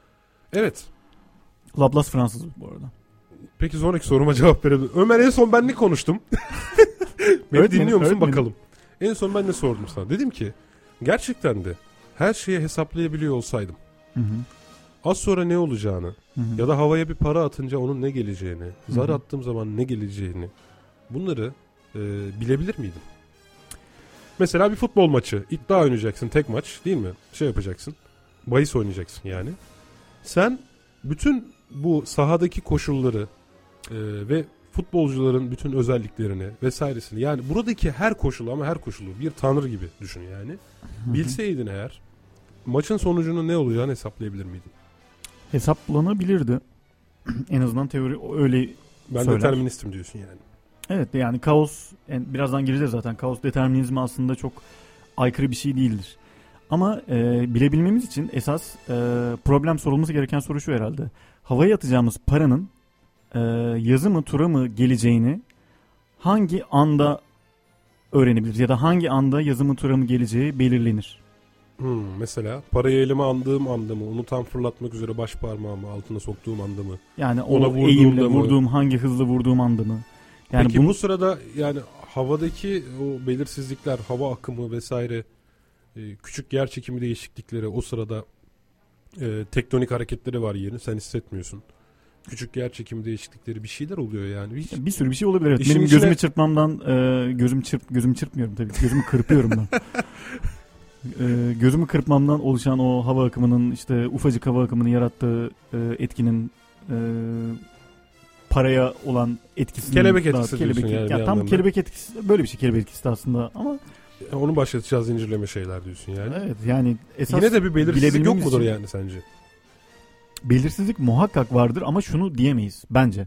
Evet. Laplace Fransız bu arada. Peki sonraki soruma cevap verelim. Ömer, en son ben ne konuştum? Beni dinliyor musun bakalım? En son ben ne sordum sana? Dedim ki gerçekten de her şeyi hesaplayabiliyor olsaydım, Hı hı. az sonra ne olacağını, Hı hı. ya da havaya bir para atınca onun ne geleceğini, zar Hı hı. attığım zaman ne geleceğini, bunları bilebilir miydim? Mesela bir futbol maçı, iddia oynayacaksın, tek maç değil mi? Şey yapacaksın, bahis oynayacaksın yani. Sen bütün bu sahadaki koşulları ve futbolcuların bütün özelliklerini vesairesini, yani buradaki her koşulu, ama her koşulu bir tanrı gibi düşün yani. Hı hı. Bilseydin eğer, maçın sonucunun ne olacağını hesaplayabilir miydin? Hesaplanabilirdi. En azından teori öyle Ben söyler. deterministim diyorsun yani. Evet, yani kaos, birazdan gireceğiz zaten. Kaos determinizmi aslında çok aykırı bir şey değildir. Ama bilebilmemiz için esas problem sorulması gereken soru şu herhalde. Havaya atacağımız paranın yazı mı tura mı geleceğini hangi anda öğrenebiliriz? Ya da hangi anda yazı mı tura mı geleceği belirlenir. Mesela parayı elime aldığım anda mı, onu tam fırlatmak üzere baş parmağımı altına soktuğum anda mı? Yani Ona o vurduğumda eğimle mı? vurduğum, hangi hızla vurduğum anda mı? Yani Peki bu sırada yani havadaki o belirsizlikler, hava akımı vesaire, küçük yer çekimi değişiklikleri, o sırada tektonik hareketleri var yerin, sen hissetmiyorsun. Küçük yer çekimi değişiklikleri, bir şeyler oluyor yani. bir sürü bir şey olabilir. Evet. İşin Benim içine... gözümü çırpmamdan gözümü çırpmıyorum tabii. Gözümü kırpıyorum ben. Gözümü kırpmamdan oluşan o hava akımının, işte ufacık hava akımının yarattığı etkinin paraya olan etkisini, kelebek etkisi diyorsun yani. Ya tam kelebek etkisi, böyle bir şey kelebek etkisi de aslında, ama onu başlatacağı zincirleme şeyler diyorsun yani. evet, yani esas yine de bir belirsizlik yok mudur için, yani sence? Belirsizlik muhakkak vardır ama şunu diyemeyiz bence.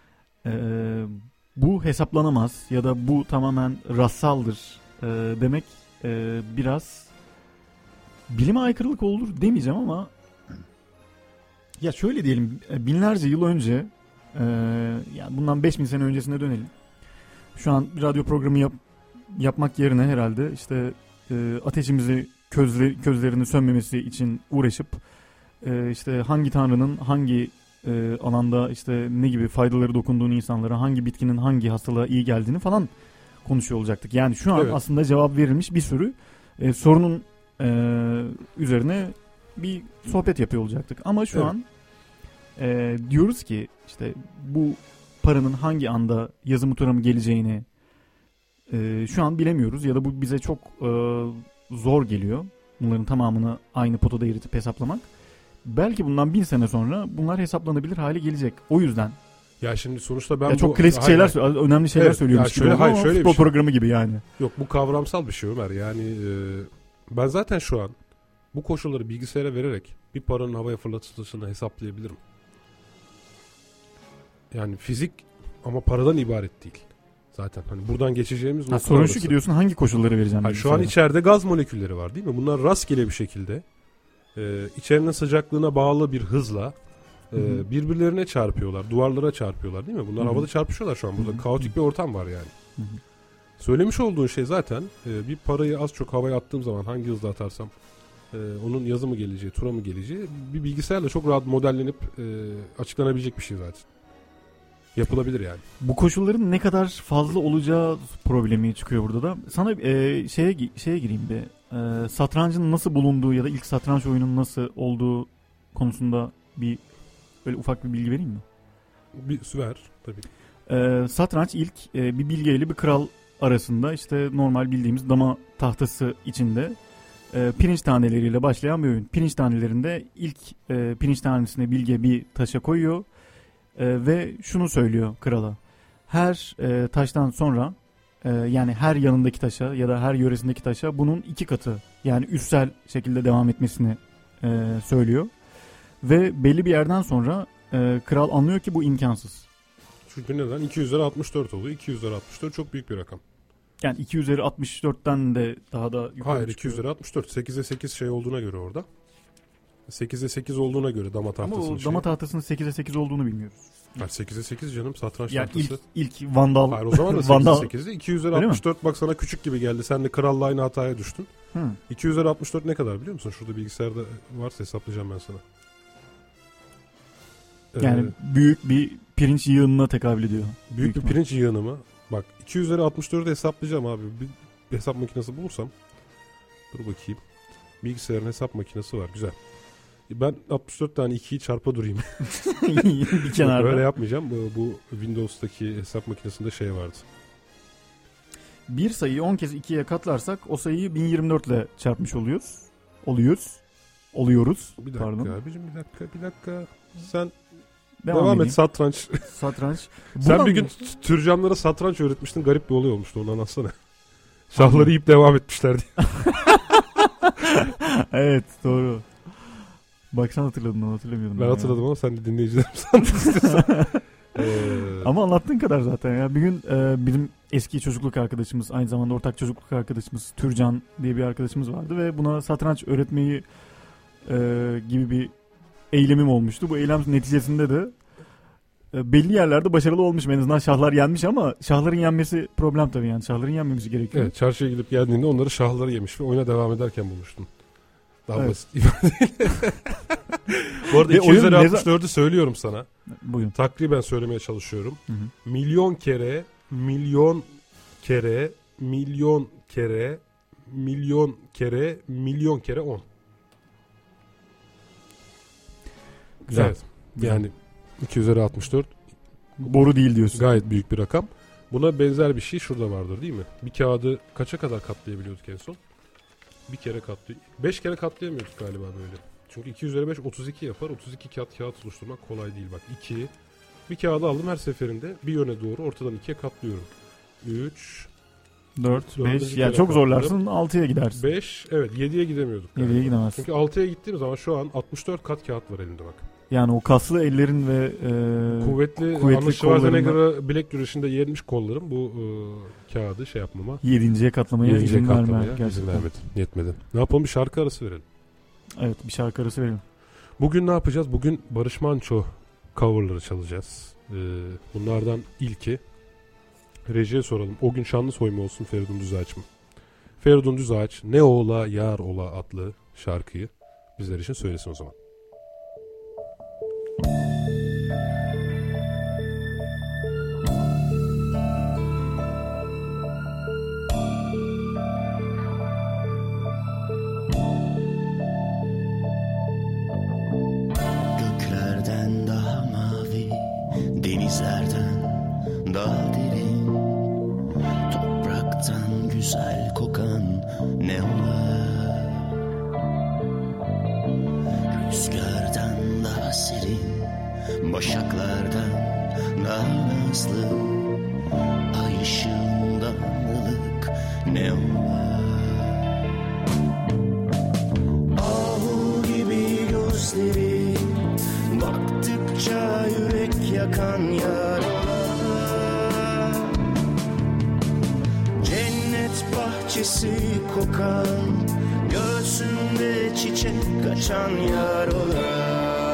Bu hesaplanamaz ya da bu tamamen rassaldır demek biraz bilime aykırılık olur demeyeceğim ama ya şöyle diyelim, binlerce yıl önce, yani bundan 5000 sene öncesine dönelim. Şu an bir radyo programı yapmak yerine herhalde işte ateşimizi közlerinin sönmemesi için uğraşıp işte hangi tanrının hangi alanda işte ne gibi faydaları dokunduğunu insanlara, hangi bitkinin hangi hastalığa iyi geldiğini falan konuşuyor olacaktık. Yani şu an aslında cevap verilmiş bir sürü sorunun üzerine bir sohbet yapıyor olacaktık. Ama şu an diyoruz ki işte bu paranın hangi anda yazı tura mı geleceğini şu an bilemiyoruz ya da bu bize çok zor geliyor. Bunların tamamını aynı potada eritip hesaplamak. Belki bundan 1000 sene sonra bunlar hesaplanabilir hale gelecek. O yüzden. Ya şimdi sonuçta ben ya çok klasik şeyler, önemli şeyler söylüyormuş gibi oldu ama futbol programı gibi yani. Yok, bu kavramsal bir şey Ömer. Yani ben zaten şu an bu koşulları bilgisayara vererek bir paranın havaya fırlatılışını hesaplayabilirim. Yani fizik ama paradan ibaret değil. Zaten hani buradan geçeceğimiz nokta sorun şu ki diyorsun, hangi koşulları vereceğim? Şu an içeride gaz molekülleri var değil mi? Bunlar rastgele bir şekilde içerinin sıcaklığına bağlı bir hızla birbirlerine çarpıyorlar. Duvarlara çarpıyorlar değil mi? Bunlar havada çarpışıyorlar şu an. Burada kaotik bir ortam var yani. Söylemiş olduğun şey zaten bir parayı az çok havaya attığım zaman hangi hızla atarsam onun yazı mı geleceği, tura mı geleceği bir bilgisayarla çok rahat modellenip açıklanabilecek bir şey zaten. Yapılabilir yani. Bu koşulların ne kadar fazla olacağı problemi çıkıyor burada da. Sana şeye gireyim bir. Satrancın nasıl bulunduğu ya da ilk satranç oyunun nasıl olduğu konusunda bir böyle ufak bir bilgi vereyim mi? Bir ver tabii. Satranç ilk bir bilge ile bir kral arasında işte normal bildiğimiz dama tahtası içinde pirinç taneleriyle başlayan bir oyun. Pirinç tanelerinde ilk pirinç tanesini bilge bir taşa koyuyor ve şunu söylüyor krala. Her taştan sonra yani her yanındaki taşa ya da her yöresindeki taşa bunun 2 katı, yani üstsel şekilde devam etmesini söylüyor. Ve belli bir yerden sonra kral anlıyor ki bu imkansız. Çünkü neden? 2 üzeri 64 oluyor. 2 üzeri 64 çok büyük bir rakam. Yani 2 üzeri 64'ten de daha da yukarı Hayır, çıkıyor. 2 üzeri 64. 8'e 8 şey olduğuna göre orada. 8'e 8 olduğuna göre dama tahtasının Ama o dama tahtasının 8'e 8 olduğunu bilmiyoruz. Yani 8'e 8 canım satranç yani tahtası. İlk Vandal. Hayır, o zaman da 8'e 8'de. 2 üzeri 64 bak sana küçük gibi geldi. Sen de kralla aynı hataya düştün. 2 üzeri 64 ne kadar biliyor musun? Şurada bilgisayarda varsa hesaplayacağım ben sana. Yani büyük bir pirinç yığınına tekabül ediyor. Büyük bir pirinç yığını mı? Bak 2 üzeri 64'ü hesaplayacağım abi. Bir hesap makinesi bulursam. Dur bakayım. Bilgisayarın hesap makinesi var. Güzel. Ben 64 tane 2'yi çarpa durayım. Bir kenarda. Böyle yapmayacağım. Bu Windows'taki hesap makinesinde şey vardı. Bir sayıyı 10 kez 2'ye katlarsak o sayıyı 1024 ile çarpmış oluyoruz. Bir dakika Pardon. abicim bir dakika. Sen Devam et edeyim. satranç. Satranç. Sen bir gün Türcanlara satranç öğretmiştin. Garip bir olay olmuştu. Onu anlatsana. Şahları yiyip devam etmişlerdi. Evet doğru. Bak sen hatırladın, onu hatırlamıyordum. Ben hatırladım ama sen de dinleyicilerim sandın. Ama anlattığın kadar zaten ya. Bir gün bizim eski çocukluk arkadaşımız, aynı zamanda ortak çocukluk arkadaşımız Türcan diye bir arkadaşımız vardı ve buna satranç öğretmeyi gibi bir eylemim olmuştu. Bu eylem neticesinde de belli yerlerde başarılı olmuş. En azından şahlar yenmiş ama şahların yenmesi problem tabii yani. Şahların yenmemesi gerekiyor. Evet, çarşıya gidip geldiğinde onları şahları yemiş ve oyuna devam ederken bulmuştum. Daha evet. basit ifadeyle. Bu arada 2 üzeri 64'ü söylüyorum sana. Buyurun. Takriben söylemeye çalışıyorum. Hı. Milyon kere 10. Güzel. Evet. Yani 2 üzeri 64 boru değil diyorsun. gayet büyük bir rakam. Buna benzer bir şey şurada vardır değil mi? Bir kağıdı kaça kadar katlayabiliyorduk en son? Bir kere katlıyor. 5 kere katlayamıyorduk galiba böyle. Çünkü 2 üzeri 5 32 yapar. 32 kağıt oluşturmak kolay değil. Bak 2. Bir kağıdı aldım, her seferinde bir yöne doğru ortadan 2'ye katlıyorum. 3 4, 5. Yani çok zorlarsın 6'ya gidersin. 5. Evet 7'ye gidemiyorduk. 7'ye gidemezsin. Çünkü 6'ya gittiğim zaman şu an 64 kat kağıt var elimde bak. Yani o kaslı ellerin ve kuvvetli kollarına Schwarzenegger'a bilek güreşinde yenmiş kollarım bu kağıdı şey yapmama. 7.'ye katlamaya izin vermedi. Yetmedi. Ne yapalım, bir şarkı arası verelim. Evet, bir şarkı arası verelim. Bugün ne yapacağız? Bugün Barış Manço coverları çalacağız. Bunlardan ilki, rejiye soralım. O gün şanlı soyma olsun Feridun Düzağaç mı? Feridun Düzağaç Ne Ola Yar Ola adlı şarkıyı bizler için söylesin o zaman. Göklerden daha mavi, denizlerden daha derin, topraktan güzel kokan ne ola, rüzgardan daha serin, başaklardan daha nazlı, ay ışığından ılık ne ola. Ahu gibi gözleri, baktıkça yürek yakan yar ola. Cennet bahçesi kokan, göğsünde çiçek kaçan yar ola.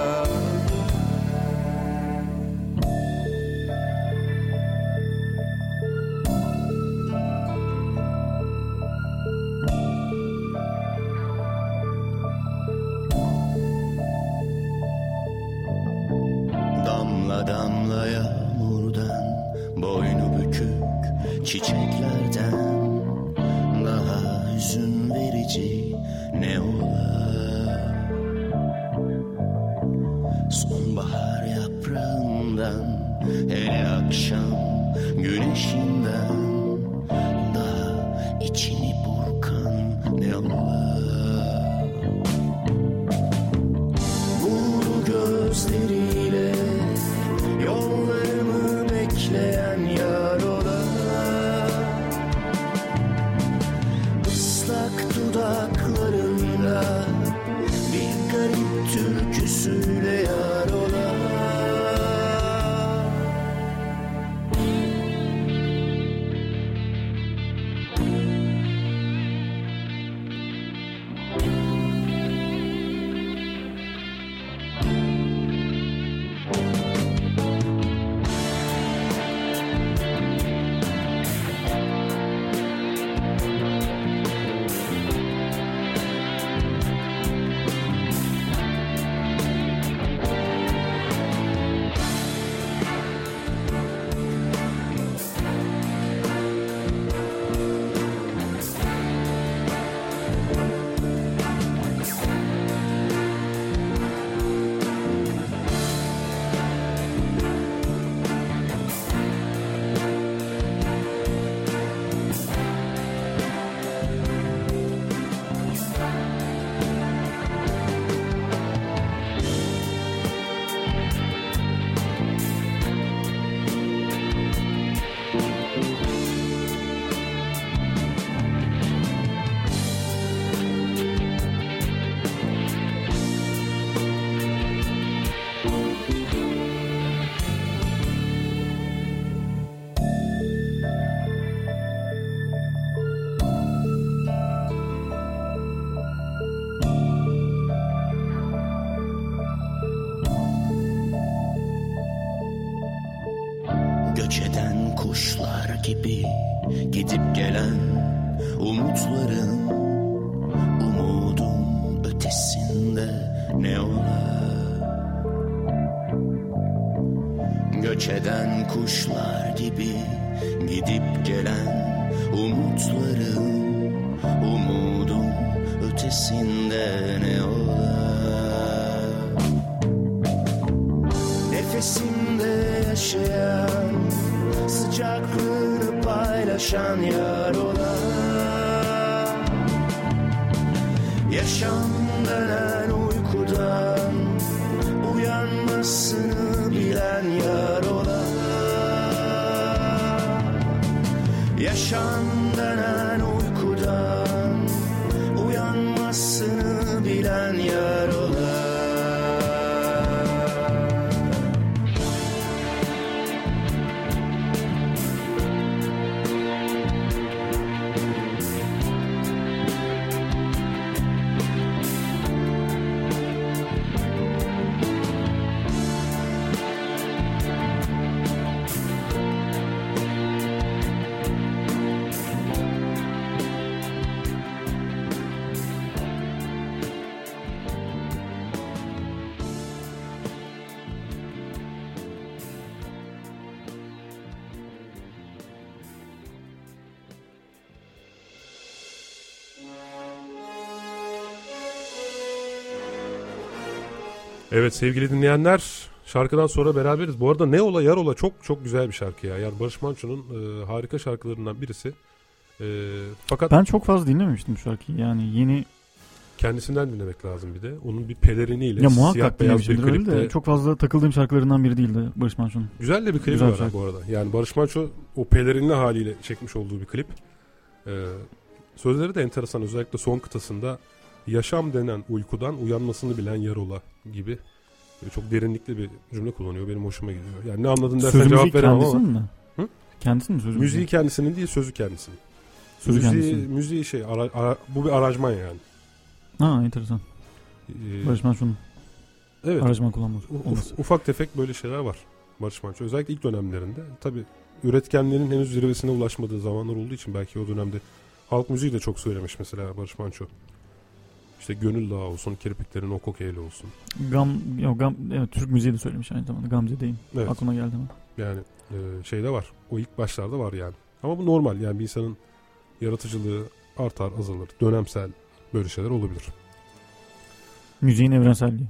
Damla damla yağmurdan, boynu bükük çiçeklerden daha hüzün verici ne ola. Sonbahar yaprağından, hele akşam güneşinden daha içini burkan ne ola. Vur gözleriyle yollarımı bekleyen yar ola. Islak dudaklarında bir garip türküsüyle yar ola. Göç eden kuşlar gibi gidip gelen umutların, umudun ötesinde ne ola? Göç eden kuşlar gibi gidip gelen umutların, umudun ötesinde ne ola? Nefesimde yaşayan, sıcaklığını paylaşan yar ola. Yaşam denen uykudan uyanmasını bilen yar ola. Yaşam denen uykudan uyanmasını bilen yar ola. Evet sevgili dinleyenler, şarkıdan sonra beraberiz. Bu arada Ne Ola Yar Ola çok çok güzel bir şarkı ya. Yani Barış Manço'nun harika şarkılarından birisi. Fakat Ben çok fazla dinlememiştim bu şarkıyı. Yani yeni... Kendisinden dinlemek lazım bir de. Onun bir peleriniyle Ya siyah muhakkak beyaz bir dinlemişimdir öyle klipte. de çok fazla takıldığım şarkılarından biri değildi Barış Manço'nun. Güzel de bir klip Güzel var şarkı. bu arada. Yani Barış Manço o pelerinli haliyle çekmiş olduğu bir klip. Sözleri de enteresan. Özellikle son kıtasında yaşam denen uykudan uyanmasını bilen yar ola gibi çok derinlikli bir cümle kullanıyor. Benim hoşuma gidiyor. Yani ne anladın dersen Sözü cevap müziği veremem kendisinin ama. mi? Hı? Kendisi mi sözü Müziği kendisinin değil, sözü kendisinin. Sözü kendisinin. Müziği bu bir aranjman yani. Ha, enteresan. Barış Manço'nun evet, aranjman kullanması. Ufak tefek böyle şeyler var Barış Manço. Özellikle ilk dönemlerinde. Tabii üretkenliğinin henüz zirvesine ulaşmadığı zamanlar olduğu için belki o dönemde halk müziği de çok söylemiş mesela Barış Manço. İşte Gönül Dağı olsun, Kirpiklerin o kokeyle olsun. Evet, Türk müziği de söylemiş aynı zamanda. Gamze'deyim. Evet. Aklıma geldi ama. Yani şeyde var. O ilk başlarda var yani. Ama bu normal. Yani bir insanın yaratıcılığı artar, azalır. Dönemsel böyle şeyler olabilir. Müziğin evrenselliği.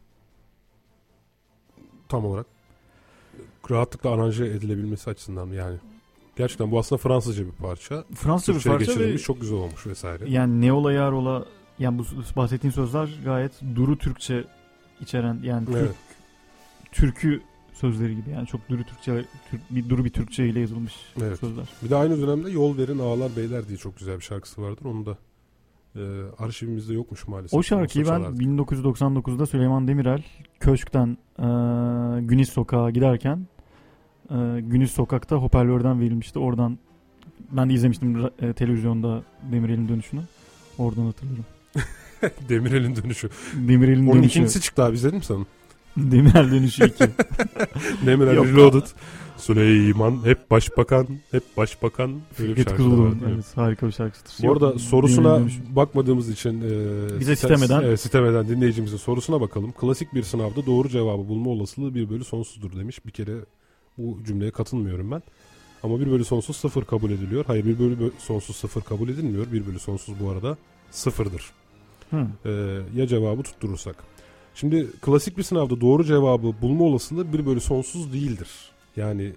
Tam olarak rahatlıkla aranje edilebilmesi açısından yani. Gerçekten bu aslında Fransızca bir parça. Fransızca bir parça ve çok güzel olmuş vesaire. Yani ne ola yar ola, yani bu bahsettiğin sözler gayet duru Türkçe içeren, yani evet. türkü sözleri gibi, yani çok duru Türkçe, duru bir Türkçe ile yazılmış evet. sözler. Bir de aynı dönemde Yol Verin Ağalar Beyler diye çok güzel bir şarkısı vardır. Onu da arşivimizde yokmuş maalesef. O şarkıyı ben 1999'da Süleyman Demirel Köşk'ten Güniş Sokak'a giderken Güniş Sokak'ta hoparlörden verilmişti. Oradan ben de izlemiştim televizyonda Demirel'in dönüşünü. Oradan hatırlıyorum. Demirel'in dönüşü. Demirel'in Onun dönüşü. ikincisi çıktı abi, izledin mi sen? Demirel dönüşü 2. Demirel Reloaded. Süleyman hep başbakan, hep başbakan. Fikret Kızıldoğan. Evet, harika bir şarkıdır. Bu arada sorusuna bakmadığımız için bize sitemeden dinleyicimizin sorusuna bakalım. Klasik bir sınavda doğru cevabı bulma olasılığı 1 bölü sonsuzdur demiş. Bir kere bu cümleye katılmıyorum ben. Ama 1 bölü sonsuz 0 kabul ediliyor. Hayır, 1 bölü sonsuz 0 kabul edilmiyor. 1 bölü sonsuz bu arada 0'dır. Ya cevabı tutturursak. Şimdi klasik bir sınavda doğru cevabı bulma olasılığı 1 bölü sonsuz değildir. Yani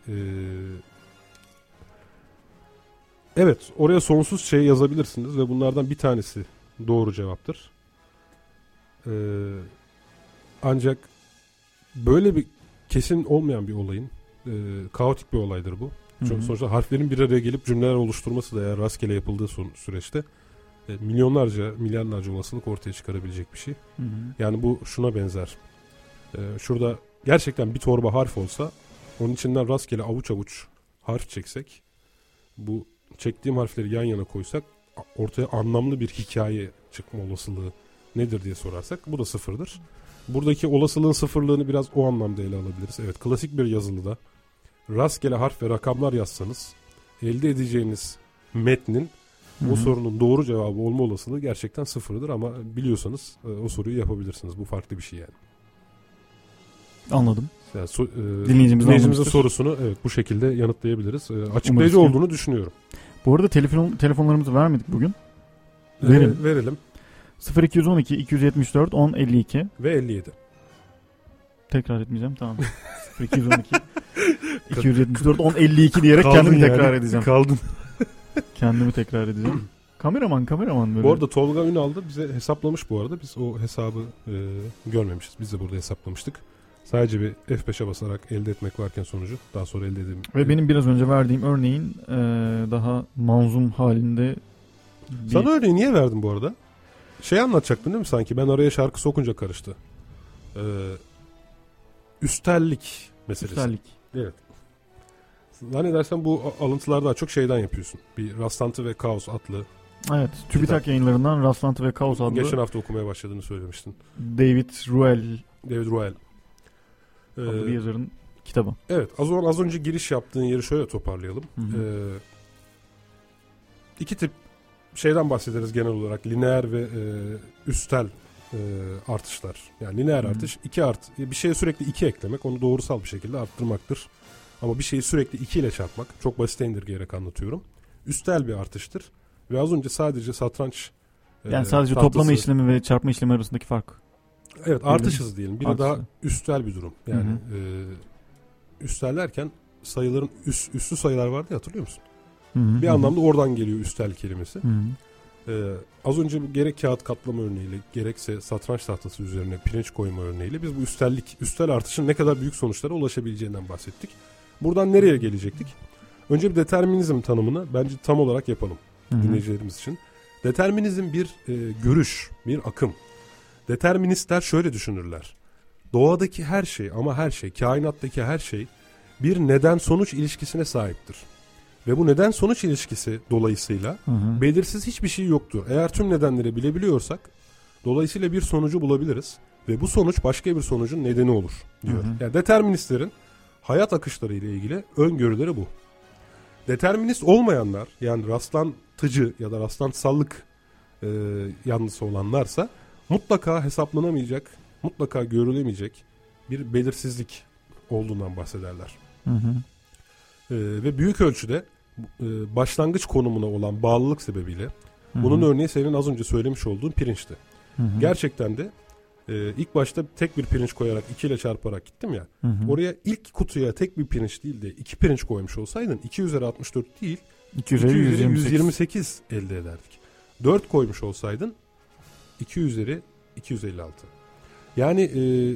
evet, oraya sonsuz şey yazabilirsiniz ve bunlardan bir tanesi doğru cevaptır. Ancak böyle bir kesin olmayan bir olayın kaotik bir olaydır bu. Çünkü sonuçta harflerin bir araya gelip cümleler oluşturması da eğer rastgele yapıldığı süreçte milyarlarca olasılık ortaya çıkarabilecek bir şey. Yani bu şuna benzer. Şurada gerçekten bir torba harf olsa onun içinden rastgele avuç avuç harf çeksek, bu çektiğim harfleri yan yana koysak ortaya anlamlı bir hikaye çıkma olasılığı nedir diye sorarsak bu da 0'dır. Buradaki olasılığın sıfırlığını biraz o anlamda ele alabiliriz. Evet, klasik bir yazılıda rastgele harf ve rakamlar yazsanız elde edeceğiniz metnin o sorunun doğru cevabı olma olasılığı gerçekten sıfırdır ama biliyorsanız o soruyu yapabilirsiniz. Bu farklı bir şey yani. Anladım. Yani dinleyicimizin sorusunu evet bu şekilde yanıtlayabiliriz. Açıklayıcı olduğunu düşünüyorum. Bu arada telefonlarımızı vermedik bugün. Verelim. 0212 274 1052 ve 57. Tekrar etmeyeceğim, tamam. 0212 274 1052 diyerek kendimi tekrar edeceğim. Kaldın. Kendimi tekrar edeceğim. Kameraman böyle. Bu arada Tolga Ünal da bize hesaplamış bu arada. Biz o hesabı görmemişiz. Biz de burada hesaplamıştık. Sadece bir F5'e basarak elde etmek varken sonucu daha sonra elde edelim. Ve benim biraz önce verdiğim örneğin daha manzum halinde Sana örneği niye verdim bu arada? Anlatacaktın değil mi sanki? Ben araya şarkı sokunca karıştı. Üstellik meselesi. Üstellik. Evet. Zannedersen bu alıntılar daha çok şeyden yapıyorsun. Bir Rastlantı ve Kaos adlı. Evet. TÜBİTAK yayınlarından Rastlantı ve Kaos adlı. Geçen hafta okumaya başladığını söylemiştin. David Ruel adlı bir yazarın kitabı. Evet. Az önce giriş yaptığın yeri şöyle toparlayalım. İki tip şeyden bahsederiz genel olarak. Lineer ve üstel artışlar. Yani lineer artış bir şeye sürekli 2 eklemek, onu doğrusal bir şekilde arttırmaktır. Ama bir şeyi sürekli 2 ile çarpmak, çok basite indirgeyerek anlatıyorum. Üstel bir artıştır. Ve az önce sadece satranç yani sadece tahtası, toplama işlemi ve çarpma işlemi arasındaki fark. Evet, artış hızı diyelim. Biri daha üstel bir durum. Yani üstellerken sayıların üslü sayılar vardı ya, hatırlıyor musun? Bir anlamda oradan geliyor üstel kelimesi. Az önce gerek kağıt katlama örneğiyle gerekse satranç tahtası üzerine pirinç koyma örneğiyle biz bu üstel artışın ne kadar büyük sonuçlara ulaşabileceğinden bahsettik. Buradan nereye gelecektik? Önce bir determinizm tanımını bence tam olarak yapalım dinleyicilerimiz için. Determinizm bir görüş, bir akım. Deterministler şöyle düşünürler. Doğadaki her şey, ama her şey, kainattaki her şey bir neden-sonuç ilişkisine sahiptir. Ve bu neden-sonuç ilişkisi dolayısıyla belirsiz hiçbir şey yoktur. Eğer tüm nedenleri bilebiliyorsak dolayısıyla bir sonucu bulabiliriz. Ve bu sonuç başka bir sonucun nedeni olur diyor. Yani deterministlerin hayat akışları ile ilgili öngörüleri bu. Determinist olmayanlar, yani rastlantıcı ya da rastlantısallık yanlısı olanlarsa mutlaka hesaplanamayacak, mutlaka görülemeyecek bir belirsizlik olduğundan bahsederler. Ve büyük ölçüde başlangıç konumuna olan bağlılık sebebiyle bunun örneği senin az önce söylemiş olduğun pirinçti. Gerçekten de ilk başta tek bir pirinç koyarak 2 ile çarparak gittim ya. Oraya ilk kutuya tek bir pirinç değil de 2 pirinç koymuş olsaydın 2 üzeri 64 değil 2 üzeri 128 elde ederdik. 4 koymuş olsaydın 2 üzeri 256. Yani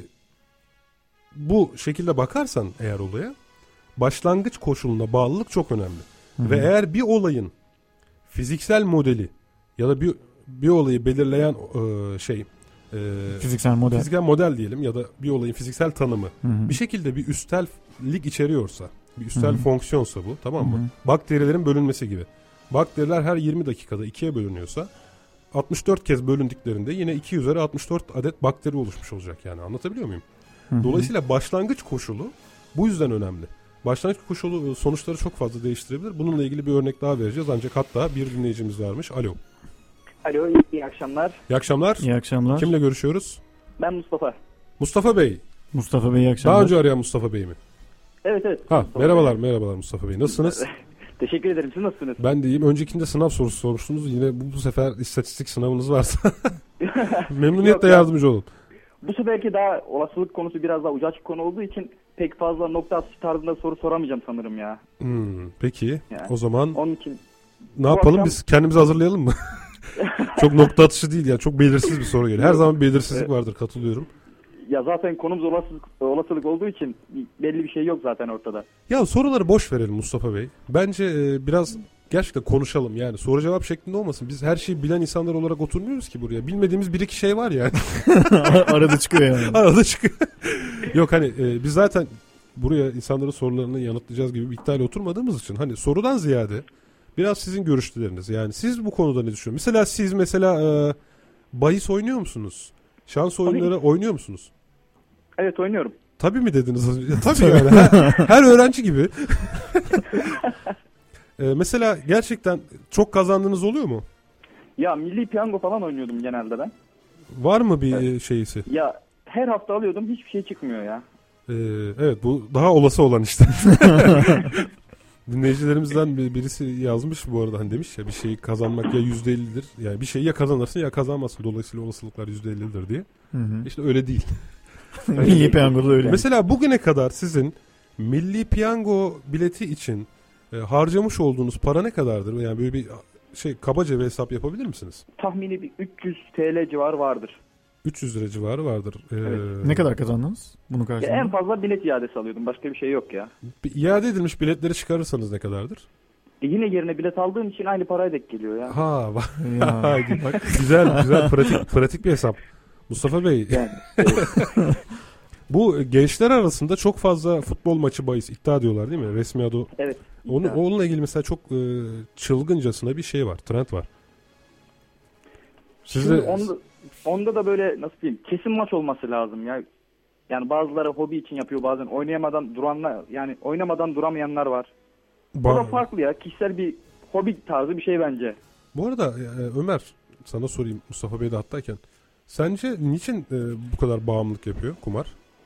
bu şekilde bakarsan eğer olaya, başlangıç koşuluna bağlılık çok önemli. Ve eğer bir olayın fiziksel modeli ya da bir olayı belirleyen fiziksel model diyelim ya da bir olayın fiziksel tanımı bir şekilde bir üstellik içeriyorsa, bir üstel fonksiyonsa bu, tamam mı? Bakterilerin bölünmesi gibi. Bakteriler her 20 dakikada 2'ye bölünüyorsa 64 kez bölündüklerinde yine 2 üzeri 64 adet bakteri oluşmuş olacak, yani anlatabiliyor muyum? Dolayısıyla başlangıç koşulu bu yüzden önemli. Başlangıç koşulu sonuçları çok fazla değiştirebilir. Bununla ilgili bir örnek daha vereceğiz. Ancak hatta bir dinleyicimiz varmış. Alo. Alo, iyi akşamlar. İyi akşamlar. İyi akşamlar. Kimle görüşüyoruz? Ben Mustafa. Mustafa Bey. Mustafa Bey, iyi akşamlar. Daha önce arayan Mustafa Bey mi? Evet. Merhabalar Mustafa Bey. Nasılsınız? Teşekkür ederim. Siz nasılsınız? Ben de iyiyim. Öncekinde sınav sorusu sormuştunuz. Yine bu sefer istatistik sınavınız varsa memnuniyetle yardımcı olun. Bu seferki daha olasılık konusu biraz daha ucu açık konu olduğu için pek fazla nokta atışı tarzında soru soramayacağım sanırım ya. Peki. Yani, o zaman onun için ne yapalım, biz kendimizi hazırlayalım mı? Çok nokta atışı değil yani, çok belirsiz bir soru geliyor. Her zaman belirsizlik vardır, katılıyorum. Ya zaten konumuz olasılık olduğu için belli bir şey yok zaten ortada. Ya soruları boş verelim Mustafa Bey. Bence biraz gerçekten konuşalım, yani soru cevap şeklinde olmasın. Biz her şeyi bilen insanlar olarak oturmuyoruz ki buraya. Bilmediğimiz bir iki şey var yani. Arada çıkıyor yani. Arada çıkıyor. Yok hani biz zaten buraya insanların sorularını yanıtlayacağız gibi bir iddiayla oturmadığımız için hani sorudan ziyade biraz sizin görüşleriniz. Yani siz bu konuda ne düşünüyorsunuz? Siz bahis oynuyor musunuz? Şans oyunları oynuyor musunuz? Evet, oynuyorum. Tabii mi dediniz? Tabii yani. Her öğrenci gibi. Mesela gerçekten çok kazandığınız oluyor mu? Ya milli piyango falan oynuyordum genelde ben. Var mı bir şeysi? Ya her hafta alıyordum, hiçbir şey çıkmıyor ya. Evet, bu daha olası olan işte. Dinleyicilerimizden birisi yazmış bu arada, hani demiş ya, bir şeyi kazanmak ya %50'dir. Yani bir şeyi ya kazanırsın ya kazanmazsın. Dolayısıyla olasılıklar %50'dir diye. İşte öyle değil. Milli piyangoda öyle. Mesela bugüne kadar sizin milli piyango bileti için harcamış olduğunuz para ne kadardır? Yani böyle bir kabaca bir hesap yapabilir misiniz? Tahmini bir 300 TL civarı vardır. 300 lira civarı vardır. Evet. Ne kadar kazandınız bunun karşılığında? En fazla bilet iadesi alıyordum. Başka bir şey yok ya. İade edilmiş biletleri çıkarırsanız ne kadardır? Yine yerine bilet aldığım için aynı paraya denk geliyor ya. Ha bak, güzel pratik bir hesap. Mustafa Bey. Yani, evet. Bu gençler arasında çok fazla futbol maçı bahis iddia diyorlar değil mi? Resmi adı. Evet. Onunla ilgili mesela çok çılgıncasına bir şey var. Trend var. Onda da böyle nasıl diyeyim, kesin maç olması lazım ya. Yani bazıları hobi için yapıyor, bazen oynamadan duramayanlar var. Bu da farklı ya. Kişisel bir hobi tarzı bir şey bence. Bu arada Ömer, sana sorayım, Mustafa Bey de hattayken. Sence niçin bu kadar bağımlılık yapıyor kumar?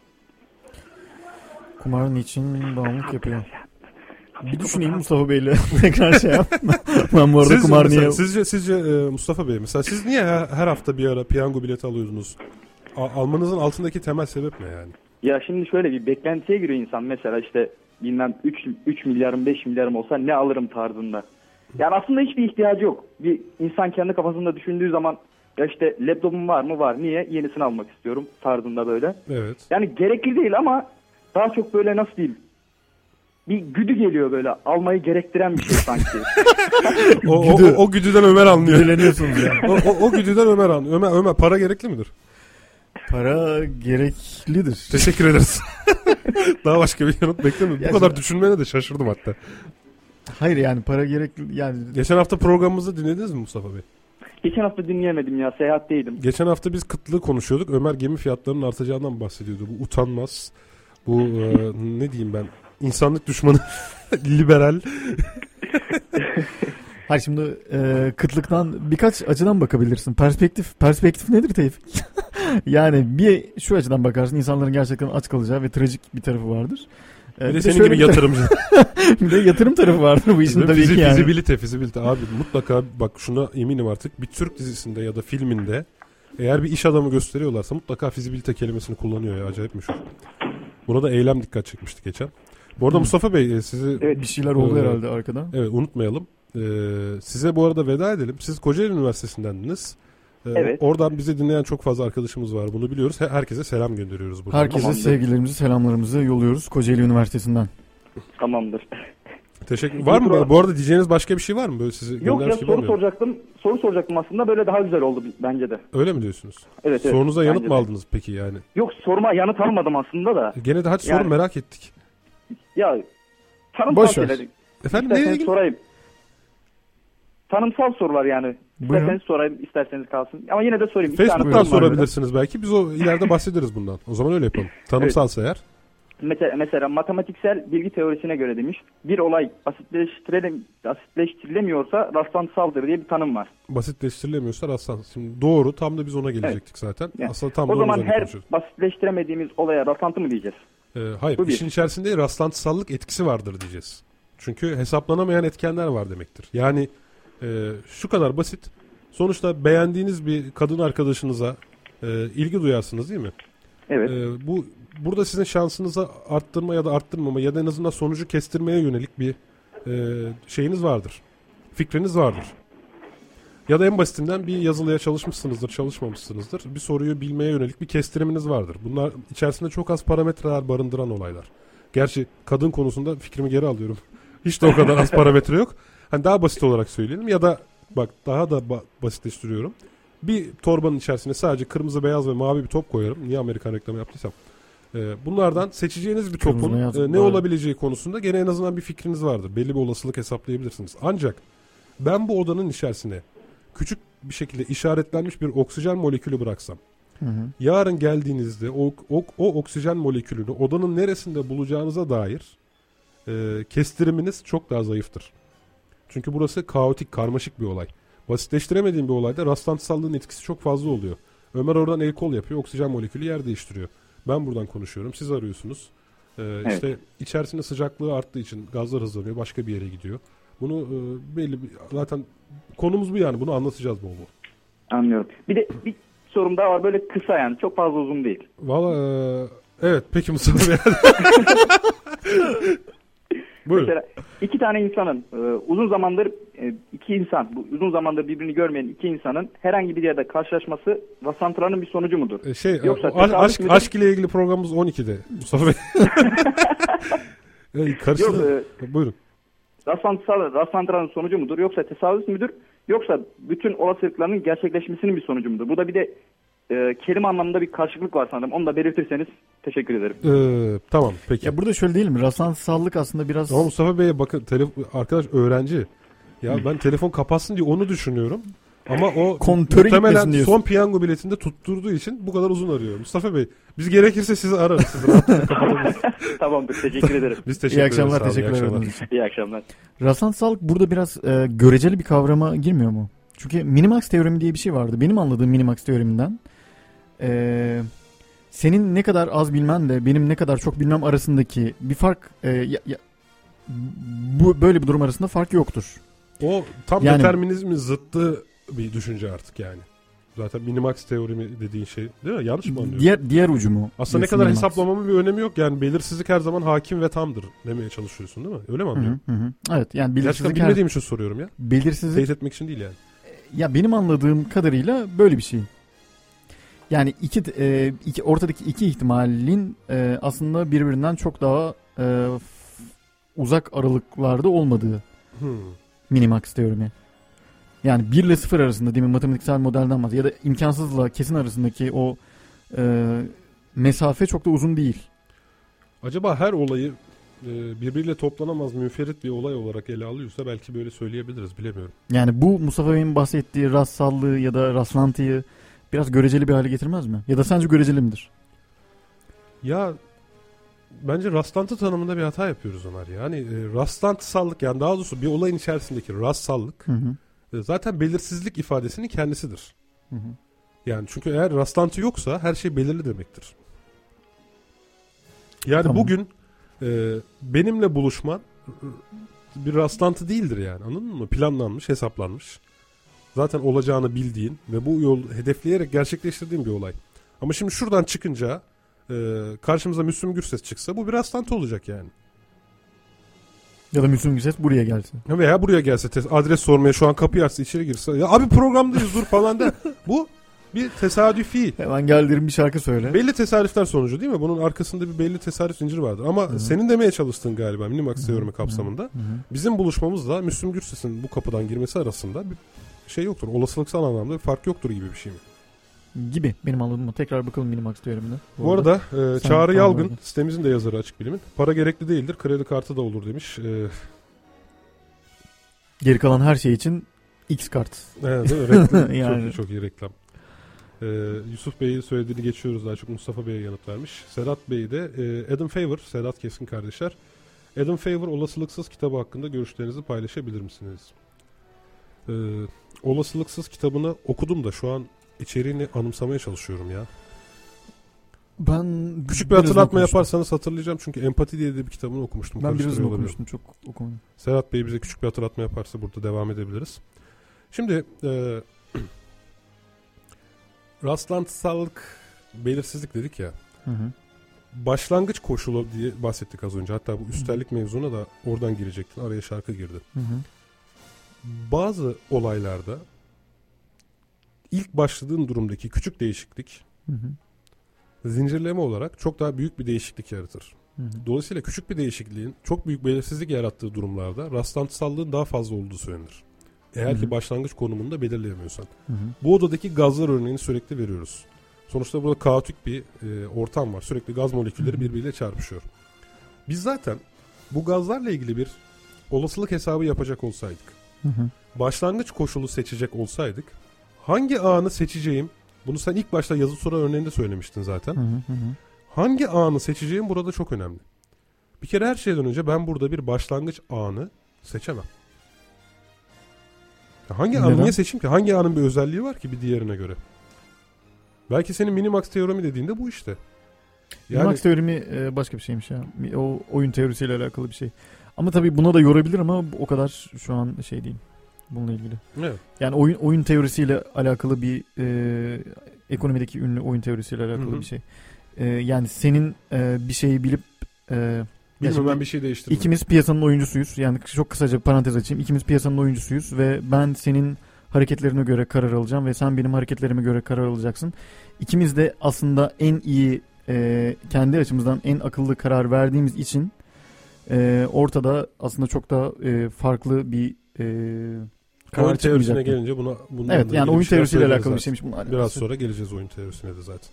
Kumar niçin bağımlılık yapıyor? Bir düşüneyim Mustafa Bey'le tekrar şey yap. Ben bu arada kumar niye... Sizce Mustafa Bey, mesela siz niye her hafta bir ara piyango bileti alıyorsunuz? Almanızın altındaki temel sebep ne yani? Ya şimdi şöyle bir beklentiye giriyor insan. Mesela işte bilmem 3 milyarım 5 milyarım olsa ne alırım tarzında. Yani aslında hiçbir ihtiyacı yok. Bir insan kendi kafasında düşündüğü zaman ya işte laptopum var mı? Var. Niye? Yenisini almak istiyorum tarzında böyle. Evet. Yani gerekli değil ama daha çok böyle nasıl diyeyim? Bir güdü geliyor böyle. Almayı gerektiren bir şey sanki. o güdüden Ömer anlıyor. Güdüleniyorsunuz ya. o güdüden Ömer anlıyor. Ömer, para gerekli midir? Para gereklidir. Teşekkür ederiz. Daha başka bir yanıt beklemiyorum. Bu kadar düşünmene de şaşırdım hatta. Hayır yani para gerekli yani. Geçen hafta programımızı dinlediniz mi Mustafa Bey? Geçen hafta dinleyemedim ya, seyahatteydim. Geçen hafta biz kıtlığı konuşuyorduk. Ömer gemi fiyatlarının artacağından bahsediyordu. Bu utanmaz. Bu ne diyeyim ben? İnsanlık düşmanı. Liberal. Hayır şimdi kıtlıktan birkaç açıdan bakabilirsin. Perspektif nedir Tevfik? Yani bir şu açıdan bakarsın, insanların gerçekten aç kalacağı ve trajik bir tarafı vardır. Bir de senin gibi yatırımcı. Bir de yatırım tarafı vardır bu işin tabii ki yani. Fizibilite abi, mutlaka bak, şuna eminim artık, bir Türk dizisinde ya da filminde eğer bir iş adamı gösteriyorlarsa mutlaka fizibilite kelimesini kullanıyor ya, acayip meşhur. Buna da Eylem dikkat çekmişti geçen. Bu arada Mustafa Bey sizi... Evet, bir şeyler oldu herhalde arkada. Evet, unutmayalım. Size bu arada veda edelim. Siz Kocaeli Üniversitesi'ndendiniz. Evet. Oradan bizi dinleyen çok fazla arkadaşımız var. Bunu biliyoruz. Herkese selam gönderiyoruz buradan. Herkese sevgilerimizi, selamlarımızı yolluyoruz Kocaeli Üniversitesi'nden. Tamamdır. Teşekkür. Var mı? Bu arada diyeceğiniz başka bir şey var mı? Böyle sizi yok ya, soru soracaktım aslında, böyle daha güzel oldu bence de. Öyle mi diyorsunuz? Evet. Sorunuza yanıt mı aldınız peki yani? Yok, soruma yanıt almadım aslında da. Gene de hadi sorun, merak ettik. Ya tanımsal şeyler. Efendim İsterseniz sorayım. Tanımsal sorular yani. Buyurun. İsterseniz sorayım, isterseniz kalsın. Ama yine de sorayım. Facebook'tan sorabilirsiniz belki. Biz o ileride bahsederiz bundan. O zaman öyle yapalım. Tanımsalsa eğer. Mesela matematiksel bilgi teorisine göre demiş, bir olay basitleştirilemiyorsa rastlantısaldır diye bir tanım var. Basitleştirilemiyorsa rastlantı. Şimdi doğru, tam da biz ona gelecektik zaten. Yani, aslında tam o zaman her konuşuyoruz. basitleştiremediğimiz olaya rastlantı mı diyeceğiz? Hayır, işin içerisinde rastlantısallık etkisi vardır diyeceğiz. Çünkü hesaplanamayan etkenler var demektir. Yani şu kadar basit. Sonuçta beğendiğiniz bir kadın arkadaşınıza ilgi duyarsınız değil mi? Evet. Burada sizin şansınızı arttırma ya da arttırmama ya da en azından sonucu kestirmeye yönelik bir şeyiniz vardır. Fikriniz vardır. Ya da en basitinden bir yazılıya çalışmışsınızdır, çalışmamışsınızdır. Bir soruyu bilmeye yönelik bir kestiriminiz vardır. Bunlar içerisinde çok az parametreler barındıran olaylar. Gerçi kadın konusunda fikrimi geri alıyorum. Hiç de o kadar az parametre yok. Hani daha basit olarak söyleyelim ya da bak daha da basitleştiriyorum. Bir torbanın içerisine sadece kırmızı, beyaz ve mavi bir top koyarım. Niye Amerikan reklamı yaptıysam. Bunlardan seçeceğiniz bir topun ne olabileceği konusunda gene en azından bir fikriniz vardır. Belli bir olasılık hesaplayabilirsiniz. Ancak ben bu odanın içerisine küçük bir şekilde işaretlenmiş bir oksijen molekülü bıraksam Yarın geldiğinizde o oksijen molekülünü odanın neresinde bulacağınıza dair kestiriminiz çok daha zayıftır. Çünkü burası kaotik, karmaşık bir olay. Basitleştiremediğim bir olayda rastlantısallığın etkisi çok fazla oluyor. Ömer oradan el kol yapıyor, oksijen molekülü yer değiştiriyor. Ben buradan konuşuyorum, siz arıyorsunuz. Evet. İşte içerisinde sıcaklığı arttığı için gazlar hızlanıyor, başka bir yere gidiyor. Bunu zaten konumuz bu yani, bunu anlatacağız bol bol. Anlıyorum. Bir de bir sorum daha var, böyle kısa yani, çok fazla uzun değil. Valla evet, peki Mustafa Bey. Buyurun. Mesela iki tane insanın uzun zamandır uzun zamandır birbirini görmeyen iki insanın herhangi bir yerde karşılaşması rastlantının bir sonucu mudur? Yoksa aşk ile ilgili programımız 12'de Mustafa Bey. Buyurun. Rastlantının sonucu mudur, yoksa tesadüf müdür, yoksa bütün olasılıkların gerçekleşmesinin bir sonucu mudur? Burada bir de kelime anlamında bir karşılık var sanırım. Onu da belirtirseniz teşekkür ederim. Tamam, peki. Ya burada şöyle değil mi? Rastlantısallık aslında biraz... Ama Mustafa Bey'e bakın, arkadaş öğrenci. Ya ben telefon kapatsın diye onu düşünüyorum. Ama o muhtemelen son piyango biletinde tutturduğu için bu kadar uzun arıyor. Mustafa Bey, biz gerekirse sizi ararız. Siz Tamamdır, teşekkür ederim. Biz teşekkür ederiz. İyi akşamlar, teşekkür ederim. İyi akşamlar. Rastlantısallık burada biraz göreceli bir kavrama girmiyor mu? Çünkü minimax teoremi diye bir şey vardı. Benim anladığım minimax teoreminden senin ne kadar az bilmen de benim ne kadar çok bilmem arasındaki bir fark bu böyle bir durum arasında fark yoktur. O tam yani, determinizmin zıttı bir düşünce artık yani. Zaten minimax teoremi dediğin şey değil mi? Yanlış mı anlıyorum? Diğer ucu mu? Aslında ne kadar minimax hesaplamamın bir önemi yok. Yani belirsizlik her zaman hakim ve tamdır demeye çalışıyorsun değil mi? Öyle mi anlıyorum? Evet, yani belirsizlik... Gerçekten bilmediğim için soruyorum ya. Belirsizlik... Teyit etmek için değil yani. Ya benim anladığım kadarıyla böyle bir şey. Yani ortadaki iki ihtimalin aslında birbirinden çok daha uzak aralıklarda olmadığı minimax teoremi. Yani 1 ile 0 arasında, değil mi, matematiksel modelden bahsediyor. Ya da imkansızla kesin arasındaki o mesafe çok da uzun değil. Acaba her olayı birbiriyle toplanamaz münferit bir olay olarak ele alıyorsa belki böyle söyleyebiliriz, bilemiyorum. Yani bu Mustafa Bey'in bahsettiği rastsallığı ya da rastlantıyı biraz göreceli bir hale getirmez mi? Ya da sence göreceli midir? Ya bence rastlantı tanımında bir hata yapıyoruz Ömer. Yani rastlantısallık, yani daha doğrusu bir olayın içerisindeki rastsallık zaten belirsizlik ifadesinin kendisidir. Yani çünkü eğer rastlantı yoksa her şey belirli demektir. Yani tamam. Bugün benimle buluşman bir rastlantı değildir yani, anladın mı? Planlanmış, hesaplanmış. Zaten olacağını bildiğin ve bu yol hedefleyerek gerçekleştirdiğin bir olay. Ama şimdi şuradan çıkınca karşımıza Müslüm Gürses çıksa bu bir rastlantı olacak yani. Ya da Müslüm Gürses buraya gelse. Veya buraya gelse, adres sormaya şu an kapıyı açsa, içeri girse, ya abi programdayız dur falan de. Bu bir tesadüfi. Hemen geldirim bir şarkı söyle. Belli tesadüfler sonucu değil mi? Bunun arkasında bir belli tesadüf zinciri vardır. Ama senin demeye çalıştığın galiba minimax teoremi kapsamında bizim buluşmamızla Müslüm Gürses'in bu kapıdan girmesi arasında bir şey yoktur. Olasılıksal anlamda bir fark yoktur gibi bir şey mi? Gibi benim anladığım. Tekrar bakalım minimax teoremine. Bu arada Çağrı Yalgın, sitemizin de yazarı Açık Bilim'in, para gerekli değildir, kredi kartı da olur demiş. Geri kalan her şey için X kart. Evet, değil mi? Reklam, yani. çok iyi reklam. Yusuf Bey'in söylediğini geçiyoruz, daha çok Mustafa Bey'e yanıt vermiş. Sedat Bey de Adam Favor, Sedat Keskin kardeşler. Adam Favor Olasılıksız kitabı hakkında görüşlerinizi paylaşabilir misiniz? Olasılıksız kitabını okudum da şu an içeriğini anımsamaya çalışıyorum ya. Ben küçük bir hatırlatma yaparsanız hatırlayacağım, çünkü Empati diye de bir kitabını okumuştum. Ben birazını okumuştum, çok okumadım. Sedat Bey bize küçük bir hatırlatma yaparsa burada devam edebiliriz. Şimdi rastlantısallık, belirsizlik dedik ya. Başlangıç koşulu diye bahsettik az önce. Hatta bu üstellik mevzuna da oradan girecektin. Araya şarkı girdi. Bazı olaylarda ilk başladığın durumdaki küçük değişiklik zincirleme olarak çok daha büyük bir değişiklik yaratır. Dolayısıyla küçük bir değişikliğin çok büyük belirsizlik yarattığı durumlarda rastlantısallığın daha fazla olduğu söylenir. Eğer ki başlangıç konumunu da belirleyemiyorsan. Bu odadaki gazlar örneğini sürekli veriyoruz. Sonuçta burada kaotik bir ortam var. Sürekli gaz molekülleri birbiriyle çarpışıyor. Biz zaten bu gazlarla ilgili bir olasılık hesabı yapacak olsaydık, başlangıç koşulu seçecek olsaydık, hangi anı seçeceğim Bunu sen ilk başta yazı tura örneğinde söylemiştin zaten. Hı hı. Hangi anı seçeceğim burada çok önemli. Bir kere her şeyden önce ben burada bir başlangıç anı seçemem. Hangi anı niye seçeyim ki? Hangi anın bir özelliği var ki bir diğerine göre? Belki senin minimax teoremi dediğinde bu işte. Yani, minimax teoremi başka bir şeymiş ya. O oyun teorisiyle alakalı bir şey. Ama tabii buna da yorabilir ama o kadar şu an şey değil. Bununla ilgili. Evet. Yani oyun teorisiyle alakalı bir ekonomideki ünlü oyun teorisiyle alakalı bir şey. Yani senin bir şeyi bilip bilmem ben bir şey değiştirmem. İkimiz piyasanın oyuncusuyuz. Yani çok kısaca bir parantez açayım. İkimiz piyasanın oyuncusuyuz ve ben senin hareketlerine göre karar alacağım ve sen benim hareketlerime göre karar alacaksın. İkimiz de aslında en iyi kendi açımızdan en akıllı karar verdiğimiz için ortada aslında çok da farklı bir oyun teorisine gelince bundan evet yani oyun teorisiyle alakalı bir şeymiş. Biraz sonra geleceğiz oyun teorisine de zaten.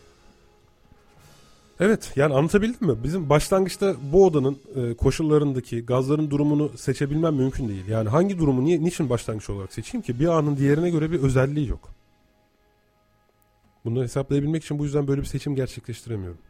Evet yani anlatabildim mi? Bizim başlangıçta bu odanın koşullarındaki gazların durumunu seçebilmem mümkün değil. Yani hangi durumu niçin başlangıç olarak seçeyim ki? Bir anın diğerine göre bir özelliği yok. Bunları hesaplayabilmek için bu yüzden böyle bir seçim gerçekleştiremiyorum.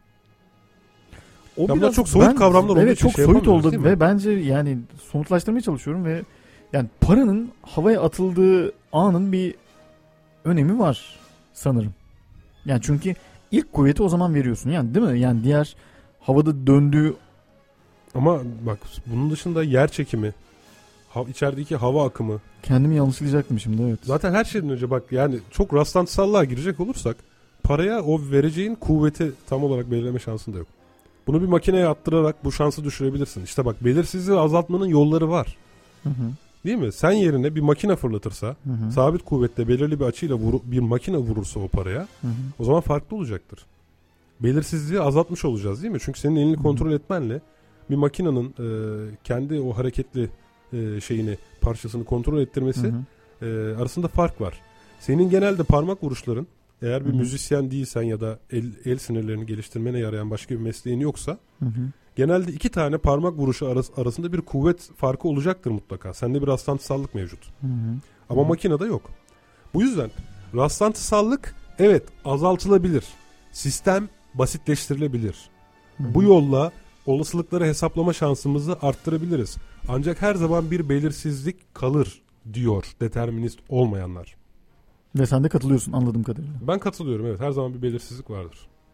Bunlar çok soyut kavramlar olduğu için çok soyut oldu ve bence yani somutlaştırmaya çalışıyorum ve yani paranın havaya atıldığı anın bir önemi var sanırım. Yani çünkü ilk kuvveti o zaman veriyorsun yani değil mi? Yani diğer havada döndüğü ama bak bunun dışında yer çekimi, içerideki hava akımı. Kendimi yanlışlayacaktım şimdi evet. Zaten her şeyden önce bak yani çok rastlantısallığa girecek olursak paraya o vereceğin kuvveti tam olarak belirleme şansın da yok. Bunu bir makineye attırarak bu şansı düşürebilirsin. İşte bak belirsizliği azaltmanın yolları var. Hı. Değil mi? Sen yerine bir makine fırlatırsa sabit kuvvetle belirli bir açıyla bir makine vurursa o paraya o zaman farklı olacaktır. Belirsizliği azaltmış olacağız değil mi? Çünkü senin elini kontrol etmenle bir makinenin kendi o hareketli parçasını kontrol ettirmesi arasında fark var. Senin genelde parmak vuruşların eğer bir müzisyen değilsen ya da el sinirlerini geliştirmene yarayan başka bir mesleğin yoksa genelde 2 tane parmak vuruşu arasında bir kuvvet farkı olacaktır mutlaka. Sende bir rastlantısallık mevcut. Ama makinede yok. Bu yüzden rastlantısallık evet azaltılabilir. Sistem basitleştirilebilir. Bu yolla olasılıkları hesaplama şansımızı arttırabiliriz. Ancak her zaman bir belirsizlik kalır diyor determinist olmayanlar. Ve sen de katılıyorsun anladığım kadarıyla. Ben katılıyorum evet. Her zaman bir belirsizlik vardır.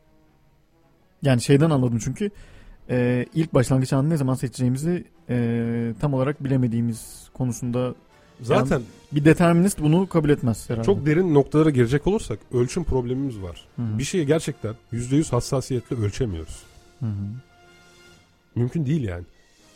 Yani şeyden anladım çünkü ilk başlangıç anı ne zaman seçeceğimizi tam olarak bilemediğimiz konusunda zaten yani bir determinist bunu kabul etmez herhalde. Çok derin noktalara girecek olursak ölçüm problemimiz var. Bir şeyi gerçekten %100 hassasiyetle ölçemiyoruz. Mümkün değil yani.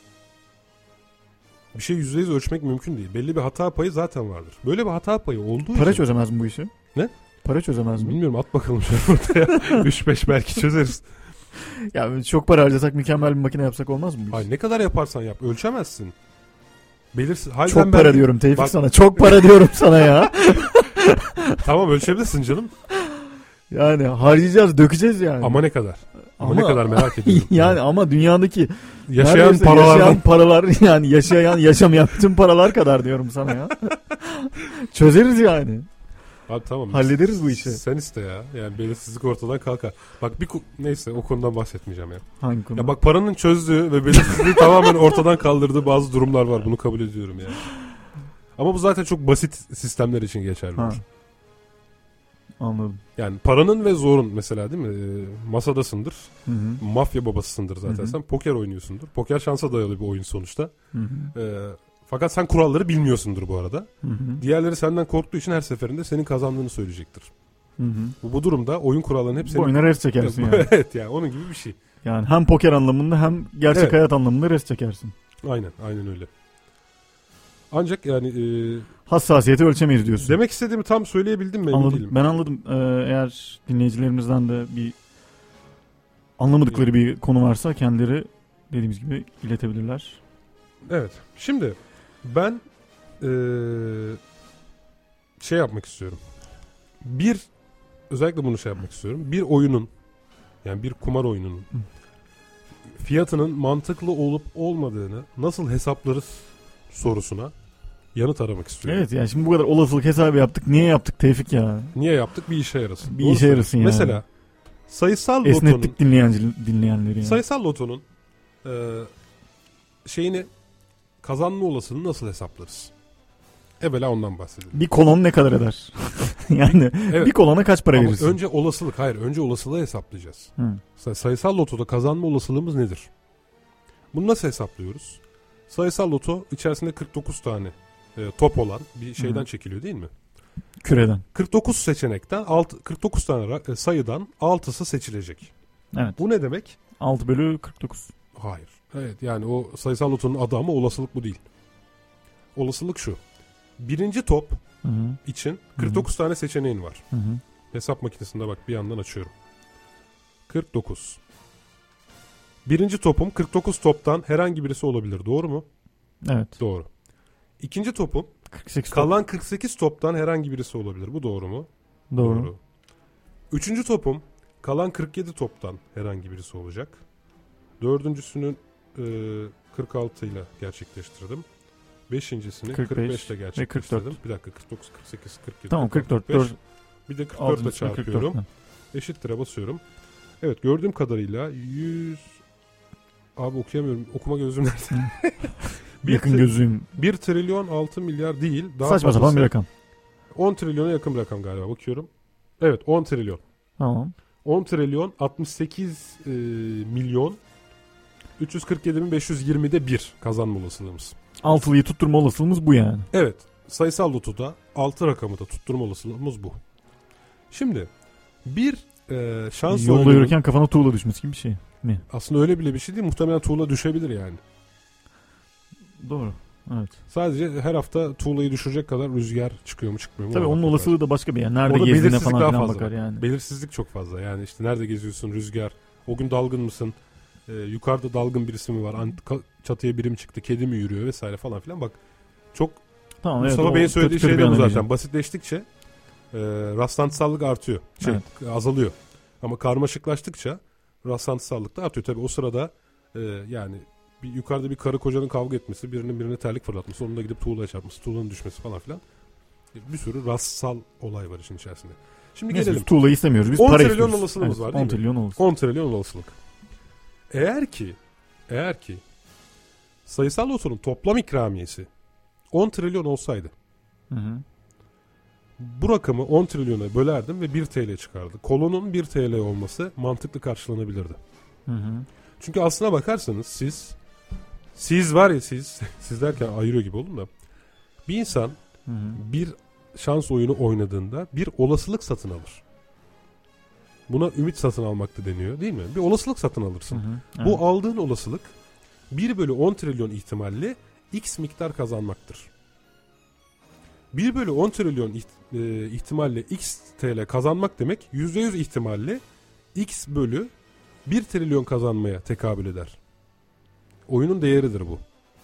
Bir şey %100 ölçmek mümkün değil. Belli bir hata payı zaten vardır. Böyle bir hata payı olduğu Para çözemez mi bu işi? Ne? Para çözemez mi? Bilmiyorum at bakalım şöyle ortaya. 3-5 belki çözeriz. Ya çok para harcasak mükemmel bir makine yapsak olmaz mı? Ay ne kadar yaparsan yap ölçemezsin. Belirsiz. Çok para diyorum Tevfik sana. Çok para diyorum sana ya. Tamam ölçebilirsin canım. Yani harcayacağız, dökeceğiz yani. Ama ne kadar? Ama ne kadar merak ediyorum. Yani ama dünyadaki yaşayan paralar yani yaşamayan tüm paralar kadar diyorum sana ya. Çözeriz yani. Abi tamam. Hallederiz bu işi. Sen iste ya. Yani belirsizlik ortadan kalkar. Bak neyse o konudan bahsetmeyeceğim ya. Hangi konu? Ya bak paranın çözdüğü ve belirsizliği tamamen ortadan kaldırdığı bazı durumlar var. Bunu kabul ediyorum yani. Ama bu zaten çok basit sistemler için geçerli olur. Anladım. Yani paranın ve zorun mesela değil mi? Masadasındır. Mafya babasısındır zaten. Sen poker oynuyorsundur. Poker şansa dayalı bir oyun sonuçta. Fakat sen kuralları bilmiyorsundur bu arada. Diğerleri senden korktuğu için her seferinde senin kazandığını söyleyecektir. Bu durumda oyun kurallarının hep senin... Bu oyuna res çekersin yani. Evet yani onun gibi bir şey. Yani hem poker anlamında hem gerçek hayat anlamında res çekersin. Aynen öyle. Ancak yani... hassasiyeti ölçemeyiz diyorsun. Demek istediğimi tam söyleyebildim mi? Anladım. Ben anladım. Eğer dinleyicilerimizden de bir anlamadıkları bir konu varsa kendileri dediğimiz gibi iletebilirler. Evet. Şimdi ben şey yapmak istiyorum. Özellikle bunu şey yapmak istiyorum. Bir oyunun yani bir kumar oyununun fiyatının mantıklı olup olmadığını nasıl hesaplarız sorusuna yanıt aramak istiyorum. Evet yani şimdi bu kadar olasılık hesabı yaptık. Niye yaptık Tevfik ya? Niye yaptık? Bir işe yarasın. Bir işe yarasın yani. Mesela sayısal lotonun Esnettik dinleyenleri yani. sayısal lotonun şeyini, kazanma olasılığını nasıl hesaplarız? Evvela ondan bahsedelim. Bir kolon ne kadar eder? Yani Evet. bir kolona kaç para Ama verirsin? önce olasılığı hesaplayacağız. Sayısal lotoda kazanma olasılığımız nedir? Bunu nasıl hesaplıyoruz? Sayısal loto içerisinde 49 tane top olan bir şeyden çekiliyor değil mi? Küreden. 49 seçenekten 49 tane sayıdan 6'sı seçilecek. Evet. Bu ne demek? 6/49. Hayır. Evet, yani o sayısal lotonun adı ama olasılık bu değil. Olasılık şu. Birinci top Hı-hı. için 49 tane seçeneğin var. Hı-hı. Hesap makinesinde bak bir yandan açıyorum. 49. Birinci topum 49 toptan herhangi birisi olabilir. Doğru mu? Evet. Doğru. İkinci topum 48 kalan 48 toptan herhangi birisi olabilir. Bu doğru mu? Doğru. Üçüncü topum kalan 47 toptan herhangi birisi olacak. Dördüncüsünün 46 ile gerçekleştirdim. Beşincisini 45 ile gerçekleştirdim. Bir dakika, 49, 48, 47. Tamam 44. 45. Bir de 44 ile çarpıyorum. Eşittir'e basıyorum. Evet, gördüğüm kadarıyla 100... Abi okuyamıyorum. Okuma gözüm nerede? Yakın gözüm. 1 trilyon 6 milyar değil. Daha saçma sapan bir rakam. 10 trilyona yakın bir rakam galiba. Bakıyorum. Evet, 10 trilyon. Tamam. 10 trilyon 68 milyon 347.520'de 1 kazanma olasılığımız. Altılıyı tutturma olasılığımız bu yani. Evet. Sayısal lotoda 6 rakamı da tutturma olasılığımız bu. Şimdi bir şans yolda oyununun... yürürken kafana tuğla düşmesi gibi bir şey mi? Aslında öyle bile bir şey değil. Muhtemelen tuğla düşebilir yani. Doğru. Evet. Sadece her hafta tuğlayı düşürecek kadar rüzgar çıkıyor mu çıkmıyor mu? Tabii onun olasılığı da başka bir yani. Nerede orada gezdiğine falan daha filan fazla bakar yani. Belirsizlik çok fazla. Yani işte nerede geziyorsun, rüzgar, o gün dalgın mısın, yukarıda dalgın birisi mi var, çatıya biri mi çıktı, kedi mi yürüyor vesaire falan filan. Bak çok tamam, Mustafa Bey'in söylediği şey de bu zaten. Basitleştikçe rastlantısallık artıyor. Azalıyor. Ama karmaşıklaştıkça rastlantısallık da artıyor. Tabii o sırada yani yukarıda bir karı kocanın kavga etmesi, birinin birine terlik fırlatması, onun da gidip tuğlaya çarpması, tuğlanın düşmesi falan filan. Bir sürü rastsal olay var işin içerisinde. Şimdi neyse, gelelim. Biz tuğlayı istemiyoruz. Biz 10 para trilyon istiyoruz. olasılığımız var değil 10 mi? trilyon olasılık. 10 trilyon olasılık. Eğer ki sayısal lotonun toplam ikramiyesi 10 trilyon olsaydı, bu rakamı 10 trilyona bölerdim ve 1 TL çıkardı. Kolonun 1 TL olması mantıklı karşılanabilirdi. Çünkü aslına bakarsanız siz var ya siz derken ayırıyor gibi oldum da, bir insan bir şans oyunu oynadığında bir olasılık satın alır. Buna ümit satın almak da deniyor değil mi? Bir olasılık satın alırsın. Evet. Bu aldığın olasılık 1/10 trilyon ihtimalle X miktar kazanmaktır. 1/10 trilyon ihtimalle X TL kazanmak demek %100 ihtimalle X bölü 1 trilyon kazanmaya tekabül eder. Oyunun değeridir bu.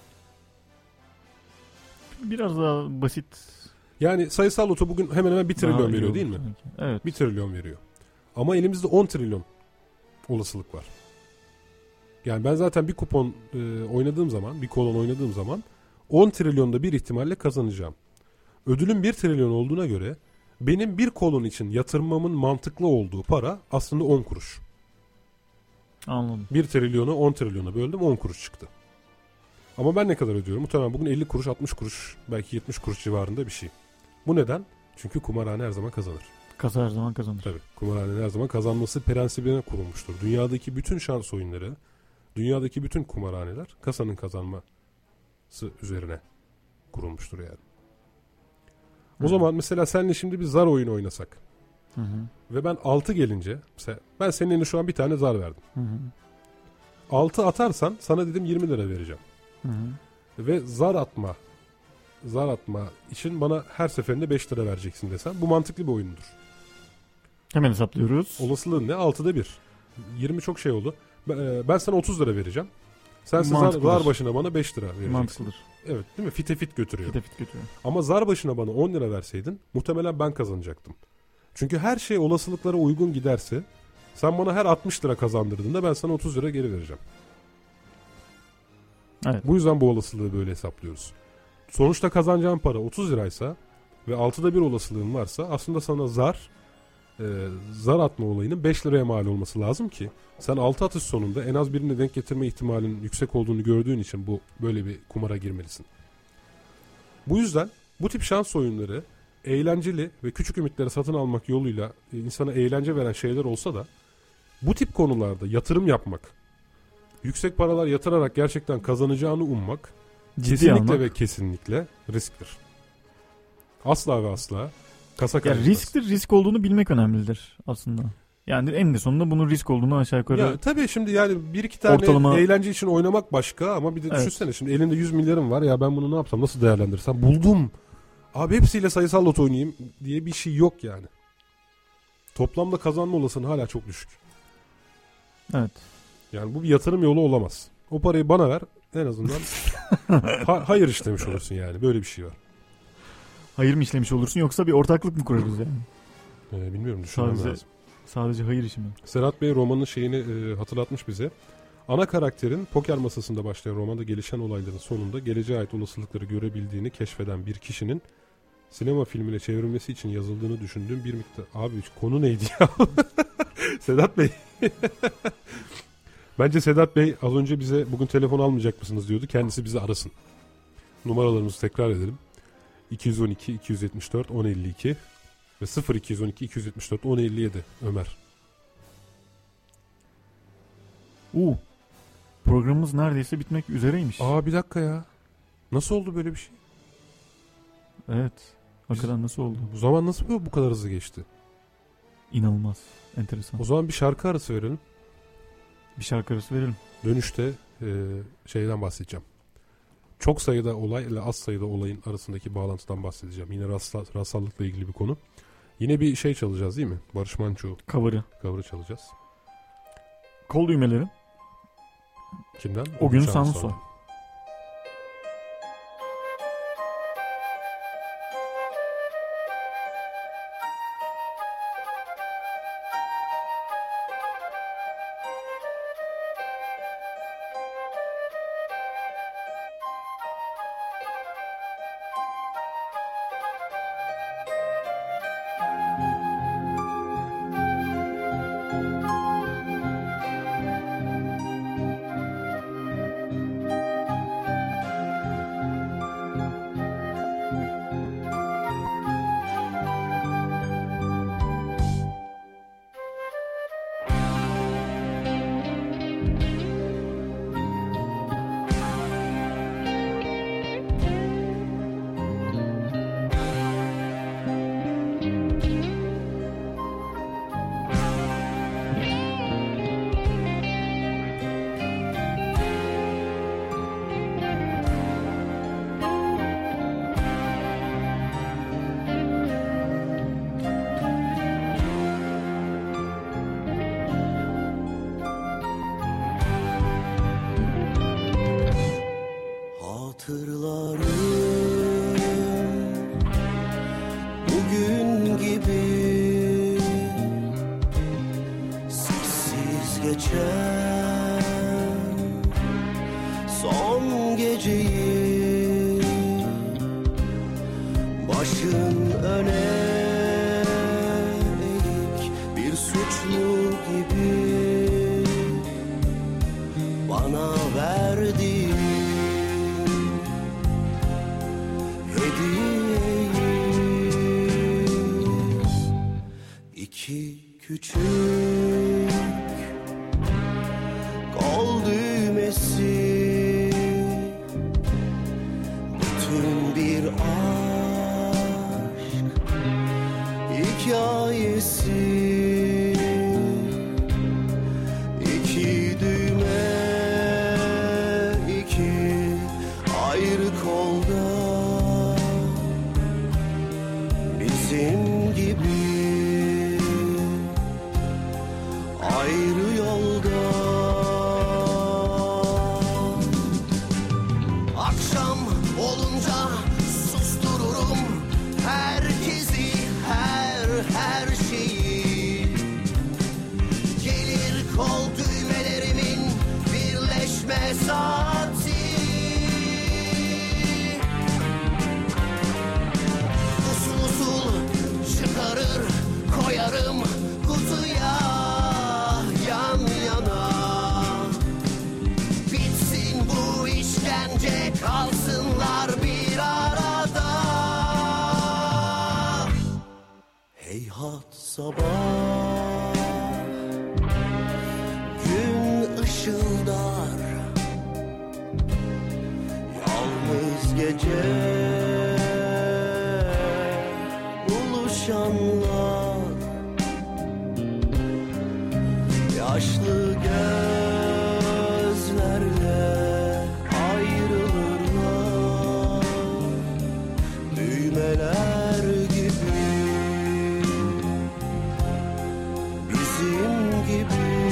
Biraz daha basit. Yani sayısal loto bugün hemen hemen 1 trilyon veriyor değil mi? Evet. 1 trilyon veriyor. Ama elimizde 10 trilyon olasılık var. Yani ben zaten bir kupon oynadığım zaman, bir kolon oynadığım zaman 10 trilyonda bir ihtimalle kazanacağım. Ödülüm 1 trilyon olduğuna göre benim bir kolon için yatırmamın mantıklı olduğu para aslında 10 kuruş. Anladım. 1 trilyonu 10 trilyona böldüm, 10 kuruş çıktı. Ama ben ne kadar ödüyorum? Muhtemelen bugün 50 kuruş, 60 kuruş, belki 70 kuruş civarında bir şey. Bu neden? Çünkü kumarhane her zaman kazanır. Kasa her zaman kazanır. Tabii. Kumarhanenin her zaman kazanması prensibine kurulmuştur. Dünyadaki bütün şans oyunları, dünyadaki bütün kumarhaneler kasanın kazanması üzerine kurulmuştur yani. O zaman mesela seninle şimdi bir zar oyunu oynasak. Ve ben 6 gelince, mesela ben senin eline şu an bir tane zar verdim. 6 atarsan sana dedim 20 lira vereceğim. Ve zar atma için bana her seferinde 5 lira vereceksin desem, bu mantıklı bir oyundur. Hemen hesaplıyoruz. Olasılığın ne? 6'da 1. 20 çok şey oldu. Ben sana 30 lira vereceğim. Sen zar başına bana 5 lira vereceksin. Mantıklıdır. Evet, değil mi? Fite fit götürüyor. Götürüyor. Ama zar başına bana 10 lira verseydin muhtemelen ben kazanacaktım. Çünkü her şey olasılıklara uygun giderse sen bana her 60 lira kazandırdığında ben sana 30 lira geri vereceğim. Evet. Bu yüzden bu olasılığı böyle hesaplıyoruz. sonuçta kazanacağın para 30 liraysa ve 6'da 1 olasılığın varsa aslında sana zar atma olayının 5 liraya mal olması lazım ki sen 6 atış sonunda en az birini denk getirme ihtimalinin yüksek olduğunu gördüğün için böyle bir kumara girmelisin. Bu yüzden bu tip şans oyunları eğlenceli ve küçük ümitleri satın almak yoluyla insana eğlence veren şeyler olsa da bu tip konularda yatırım yapmak, yüksek paralar yatırarak gerçekten kazanacağını ummak kesinlikle ve kesinlikle risktir. Asla ve asla kasa kaybetmez. Risk olduğunu bilmek önemlidir aslında. Yani en sonunda bunun risk olduğunu aşağı yukarı... Ya tabii şimdi yani bir iki tane ortalama... eğlence için oynamak başka ama bir de düşünsene şimdi elinde 100 milyarım var ya ben bunu ne yapsam nasıl değerlendirsem buldum. Abi hepsiyle sayısal loto oynayayım diye bir şey yok yani. Toplamda kazanma olasılığı hala çok düşük. Evet. Yani bu bir yatırım yolu olamaz. O parayı bana ver en azından hayır işlemiş olursun yani böyle bir şey var. Hayır mı işlemiş olursun yoksa bir ortaklık mı kurarız yani? Bilmiyorum düşünmem lazım. Sadece hayır işi mi? Serhat Bey romanın şeyini hatırlatmış bize. Ana karakterin poker masasında başlayan romanda gelişen olayların sonunda geleceğe ait olasılıkları görebildiğini keşfeden bir kişinin sinema filmine çevrilmesi için yazıldığını düşündüğüm bir miktar... Abi konu neydi ya? Sedat Bey. Bence Sedat Bey az önce bize bugün telefon almayacak mısınız diyordu. Kendisi bizi arasın. Numaralarımızı tekrar edelim. 212 274 1052 ve 0212 274 1057 Ömer. Programımız neredeyse bitmek üzereymiş. Bir dakika ya. Nasıl oldu böyle bir şey? Evet. Hakikaten nasıl oldu? Bu zaman nasıl bu kadar hızlı geçti? İnanılmaz. Enteresan. O zaman bir şarkı arası verelim. Dönüşte şeyden bahsedeceğim. Çok sayıda olay ile az sayıda olayın arasındaki bağlantıdan bahsedeceğim. Yine rastsallıkla ilgili bir konu. Yine bir şey çalacağız değil mi? Barış Manço. Cover'ı çalacağız. Kol düğmeleri. Kimden? O gün Sanso. sabah gün ışıldar, yalnız gece buluşanlar, yaşlı gözlerle ayrılırlar, düğmeler gibi, bizim gibi,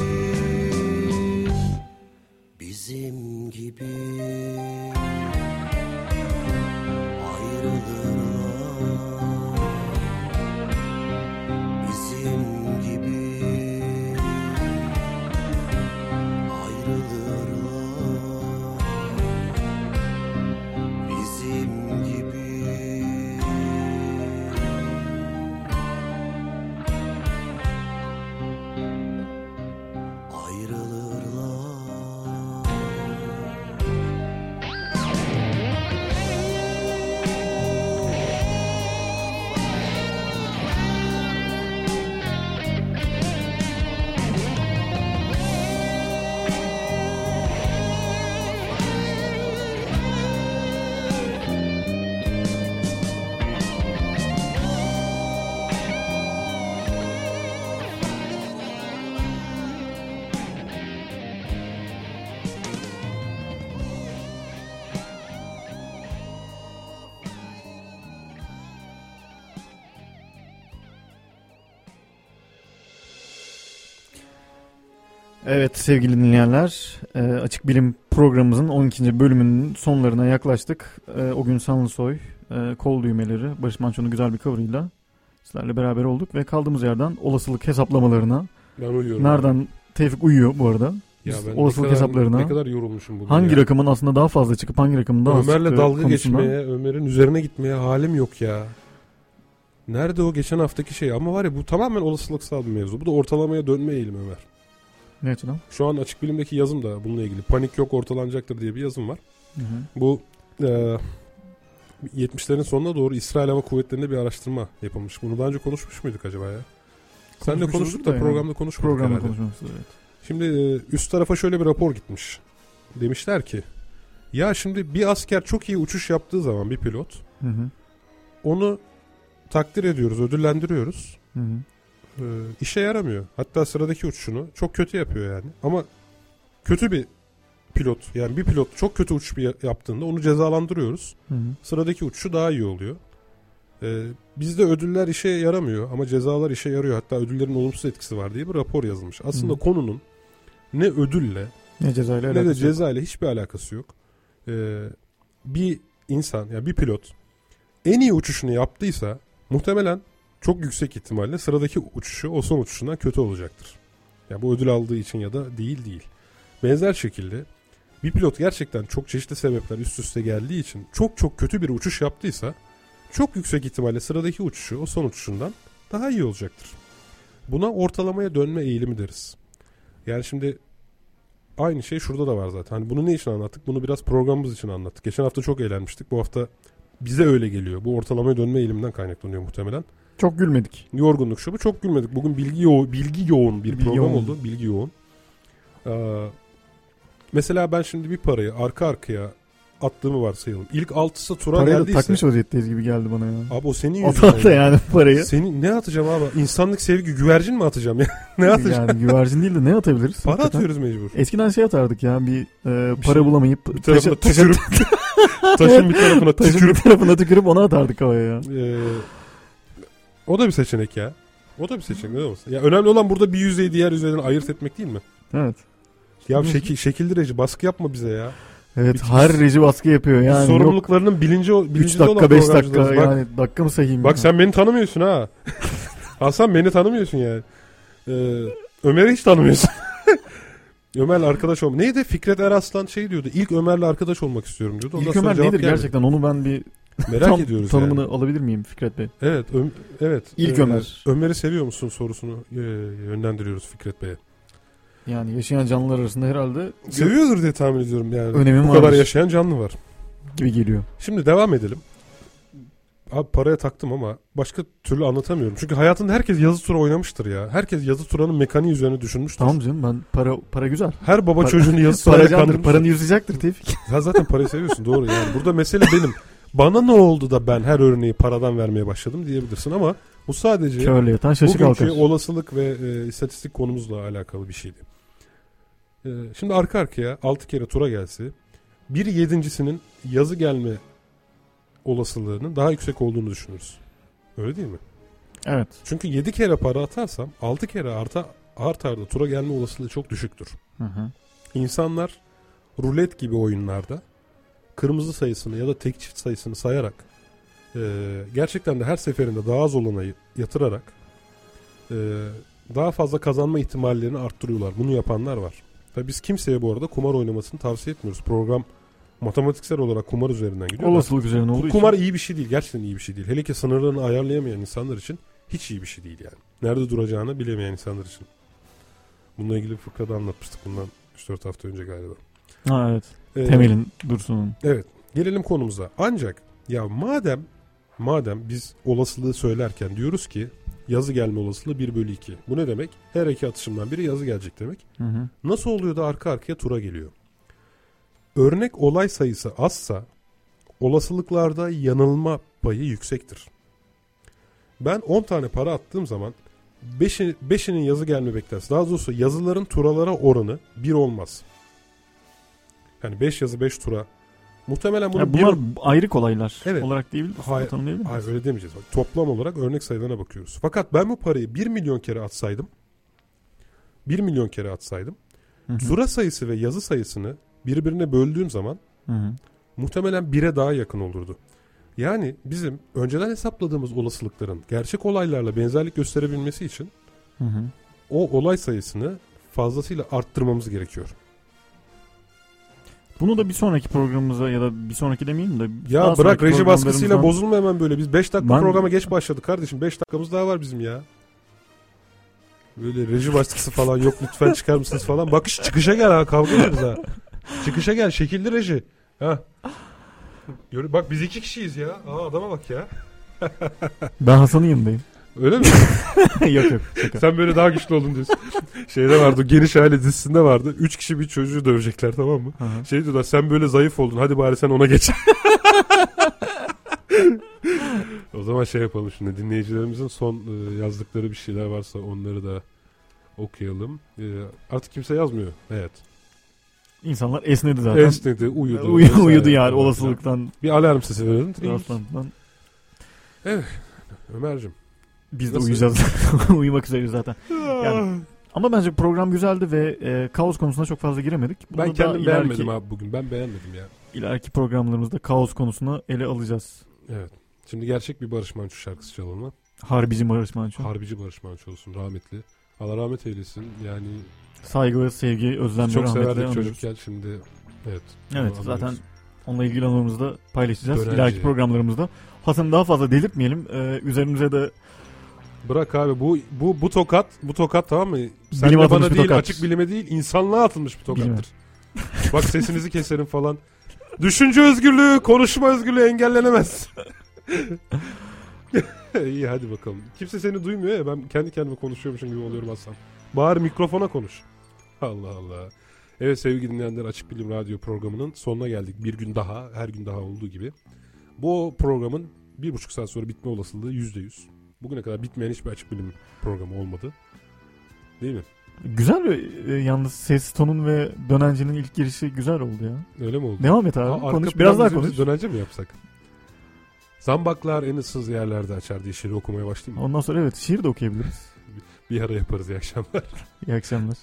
bizim gibi ayrılırlar, bizim gibi ayrılırlar, bizim gibi Evet sevgili dinleyenler, Açık Bilim programımızın 12. bölümünün sonlarına yaklaştık. O gün Sanlısoy, Kol Düğmeleri, Barış Manço'nun güzel bir cover'ıyla sizlerle beraber olduk ve kaldığımız yerden olasılık hesaplamalarına. Ben uyuyorum. Nereden Tevfik uyuyor bu arada. Ya ben olasılık hesaplarına. Ne kadar yorulmuşum bugün. Hangi ya. rakamın aslında daha fazla çıkıp hangi rakamın daha az çıktığı Ömer'le dalga konusunda. geçmeye, Ömer'in üzerine gitmeye halim yok ya. Nerede o geçen haftaki şey? Ama var ya, bu tamamen olasılıksal bir mevzu. Bu da ortalamaya dönme eğilimi Ömer. Ne açıdan? Şu an Açık Bilim'deki yazım da bununla ilgili. Panik yok, ortalanacaktır diye bir yazım var. Hı-hı. Bu 70'lerin sonuna doğru İsrail Hava Kuvvetleri'nde bir araştırma yapılmış. Bunu daha önce konuşmuş muyduk acaba ya? Sen de konuştuk da yani. programda konuşmadık Programda herhalde. konuşmuştuk, evet. Şimdi üst tarafa şöyle bir rapor gitmiş. Demişler ki, ya şimdi bir asker çok iyi uçuş yaptığı zaman, bir pilot, Hı-hı. onu takdir ediyoruz, ödüllendiriyoruz. Hı-hı. İşe yaramıyor. Hatta sıradaki uçuşunu çok kötü yapıyor yani. Ama kötü bir pilot, yani bir pilot çok kötü uçuş yaptığında onu cezalandırıyoruz. Hı-hı. Sıradaki uçuşu daha iyi oluyor. Bizde ödüller işe yaramıyor ama cezalar işe yarıyor. Hatta ödüllerin olumsuz etkisi var diye bir rapor yazılmış. Aslında konunun ne ödülle ne cezayla ne de alakası cezayla hiçbir alakası yok. Bir insan, yani bir pilot en iyi uçuşunu yaptıysa muhtemelen çok yüksek ihtimalle sıradaki uçuşu o son uçuşundan kötü olacaktır. Yani bu ödül aldığı için ya da değil. Benzer şekilde bir pilot gerçekten çok çeşitli sebepler üst üste geldiği için çok kötü bir uçuş yaptıysa çok yüksek ihtimalle sıradaki uçuşu o son uçuşundan daha iyi olacaktır. Buna ortalamaya dönme eğilimi deriz. Yani şimdi aynı şey şurada da var zaten. Hani bunu ne için anlattık? Bunu biraz programımız için anlattık. Geçen hafta çok eğlenmiştik. Bu hafta bize öyle geliyor. Bu ortalamaya dönme eğiliminden kaynaklanıyor muhtemelen. Çok gülmedik. Yorgunluk şubu, çok gülmedik. Bugün bilgi yoğun bir program oldu. Bilgi yoğun. Mesela ben şimdi bir parayı arka arkaya attığımı varsayalım. İlk 6'sı tura parayı geldiyse. Parayı takmış vaziyetteyiz gibi geldi bana ya. Abi o senin yüzünden. At yani parayı. Senin ne atacağım abi? İnsanlık sevgi güvercin mi atacağım ya? Ne atacağım? Yani güvercin değil de ne atabiliriz? Para hakikaten atıyoruz mecbur. Eskiden şey atardık ya, bir para şey, bulamayıp bir tarafına tükürüp taşın bir tarafına tükürüp bir tarafına tükürüp onu atardık havaya ya. O da bir seçenek ya. O da bir seçenek, ne olmasın? Ya önemli olan burada bir yüzeyi diğer yüzeyden ayırt etmek değil mi? Evet. Ya şekilli reji, baskı yapma bize ya. Evet, her reji baskı yapıyor yani. Sorumluluklarının bilinci 3 dakika 5 dakika yani dakika mı sayayım? Bak sen beni tanımıyorsun ha. Hasan beni tanımıyorsun yani. Ömer'i hiç tanımıyorsun. Ömer'le arkadaş olmak. Neydi? Fikret Eraslan şey diyordu. İlk Ömer'le arkadaş olmak istiyorum diyordu. İlk Ömer nedir gerçekten? Onu ben bir merak ediyoruz tanımını yani. Alabilir miyim Fikret Bey? Evet. Evet. İlk Ömer. Ömer'i seviyor musun sorusunu yönlendiriyoruz Fikret Bey'e. Yani yaşayan canlılar arasında herhalde seviyordur diye tahmin ediyorum yani. Önemim bu kadar yaşayan canlı var gibi geliyor. Şimdi devam edelim. abi paraya taktım ama başka türlü anlatamıyorum. Çünkü hayatında herkes yazı tura oynamıştır ya. Herkes yazı turanın mekaniği üzerine düşünmüştür. Tamam canım, ben para güzel. Her baba çocuğunu yazı turayla kandırmış. Paranı yüzecektir Tevfik. Sen zaten parayı seviyorsun, doğru yani. Burada mesele benim. Bana ne oldu da ben her örneği paradan vermeye başladım diyebilirsin ama bu sadece Körle yatan şaşı bugünkü kalkar. olasılık ve istatistik konumuzla alakalı bir şeydi. Şimdi arka arkaya 6 kere tura gelse, bir yedincisinin yazı gelme olasılığının daha yüksek olduğunu düşünürüz. Öyle değil mi? Evet. Çünkü 7 kere para atarsam 6 kere art arda tura gelme olasılığı çok düşüktür. Hı hı. İnsanlar rulet gibi oyunlarda kırmızı sayısını ya da tek çift sayısını sayarak gerçekten de her seferinde daha az olanı yatırarak daha fazla kazanma ihtimallerini arttırıyorlar. Bunu yapanlar var. Tabii biz kimseye bu arada kumar oynamasını tavsiye etmiyoruz. Program matematiksel olarak kumar üzerinden gidiyor. Olasılık üzerine olduğu için. Kumar iyi bir şey değil. Gerçekten iyi bir şey değil. Hele ki sınırlarını ayarlayamayan insanlar için hiç iyi bir şey değil yani. Nerede duracağını bilemeyen insanlar için. Bununla ilgili fıkrada anlatmıştık bundan 3-4 hafta önce galiba. Ha evet. Temelin Dursun'un. Evet. Gelelim konumuza. Ancak ya madem biz olasılığı söylerken diyoruz ki yazı gelme olasılığı 1/2. Bu ne demek? Her iki atışımdan biri yazı gelecek demek. Hı hı. Nasıl oluyor da arka arkaya tura geliyor? Örnek olay sayısı azsa olasılıklarda yanılma payı yüksektir. Ben 10 tane para attığım zaman 5'inin yazı gelme beklentisi. Daha doğrusu yazıların turalara oranı 1 olmaz. Yani 5 yazı 5 tura. Muhtemelen bunu bunlar ayrık olaylar olarak diyebilir misin? Hayır öyle demeyeceğiz. Bak, toplam olarak örnek sayılarına bakıyoruz. Fakat ben bu parayı 1 milyon kere atsaydım hı hı. tura sayısı ve yazı sayısını birbirine böldüğüm zaman hı hı. muhtemelen 1'e daha yakın olurdu. Yani bizim önceden hesapladığımız olasılıkların gerçek olaylarla benzerlik gösterebilmesi için hı hı. o olay sayısını fazlasıyla arttırmamız gerekiyor. Bunu da bir sonraki programımıza ya da bir sonraki demeyeyim de ya bırak reji baskısıyla bozulma hemen böyle. Biz 5 dakika programa geç başladık kardeşim. 5 dakikamız daha var bizim ya. Böyle reji baskısı falan yok, lütfen çıkar mısınız falan. Bak çıkışa gel ha, kavga ederiz ha. Çıkışa gel, şekilli reji. Ha. Bak biz 2 kişiyiz ya. Aa, adama bak ya. Ben Hasan'ın yanındayım. Öyle mi? Yok. Sen böyle daha güçlü oldun diyorsun. Şeyde vardı, Geniş Aile dizisinde vardı. 3 kişi bir çocuğu dövecekler, tamam mı? Hı-hı. Şey diyorlar, sen böyle zayıf oldun, hadi bari sen ona geç. O zaman şey yapalım şimdi, dinleyicilerimizin son yazdıkları bir şeyler varsa onları da okuyalım. Artık kimse yazmıyor. Evet. İnsanlar esnedi zaten. Esnedi, uyudu. Uyudu yani olasılıktan. Bir alarm sesi verelim. Evet. Ömer'cim. Biz de uyuyacağız. Uyumak üzereyiz zaten. Yani, ama bence program güzeldi ve kaos konusuna çok fazla giremedik. Bunu ben kendim beğenmedim abi bugün. Ben beğenmedim ya. İleriki programlarımızda kaos konusunu ele alacağız. Evet. Şimdi gerçek bir Barış Manço şarkısı çalalım mı? Harbici Barış Manço. Harbici Barış Manço olsun, rahmetli. Allah rahmet eylesin. Yani saygı, sevgi, özlemle çok rahmetle severdik çocukken, şimdi evet zaten onunla ilgili anılarımızı da paylaşacağız Dönence. ileriki programlarımızda. Hasan'ı daha fazla delirtmeyelim. Üzerimize de bırak abi, bu tokat tamam mı? Sen bilim de bana değil, tokat. açık bilime değil, insanlığa atılmış bir tokattır. Bak sesinizi keserim falan. Düşünce özgürlüğü, konuşma özgürlüğü engellenemez. İyi, hadi bakalım. Kimse seni duymuyor ya, ben kendi kendime konuşuyormuşum gibi oluyorum Hasan. Bari mikrofona konuş. Allah Allah. Evet sevgili dinleyenler, Açık Bilim Radyo programının sonuna geldik. Bir gün daha, her gün daha olduğu gibi. Bu programın 1,5 saat sonra bitme olasılığı %100. Bugüne kadar bitmeyen hiçbir Açık Bilim programı olmadı. Değil mi? Güzel bir yalnız ses tonun ve dönencinin ilk girişi güzel oldu ya. Öyle mi oldu? Devam et abi. Konuş. Biraz daha konuş. Dönence mi yapsak? Zambaklar en ıssız yerlerde açar diye şiiri okumaya başlayayım mı? Ondan sonra evet, şiir de okuyabiliriz. Bir ara yaparız. İyi akşamlar. İyi akşamlar.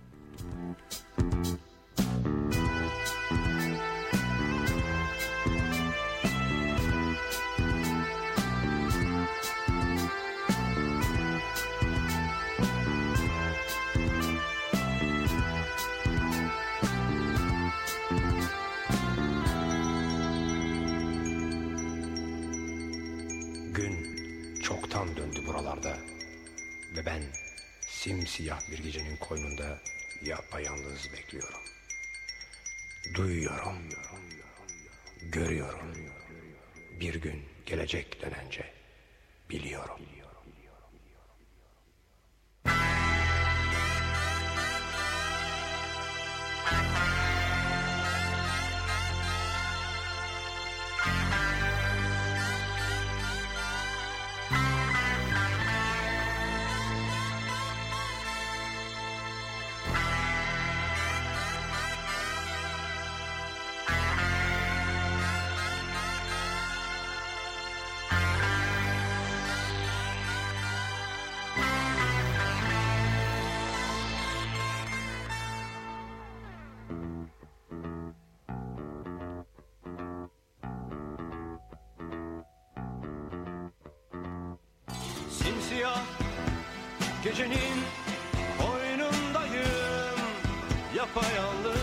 Çoktan döndü buralarda ve ben simsiyah bir gecenin koynunda yapayalnız bekliyorum. Duyuyorum, görüyorum. Bir gün gelecek dönence. Biliyorum. Simsiyah gecenin koynundayım, yapayalnız.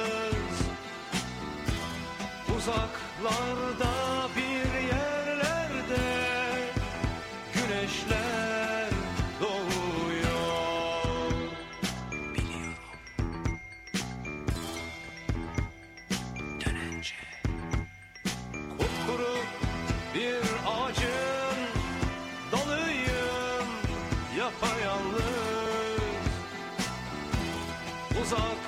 Uzaklarda bir yerlerde güneşler doğuyor. Biliyorum. Dönence. Kupkuru bir ağacın dalıyım, yapayalnız. Uzak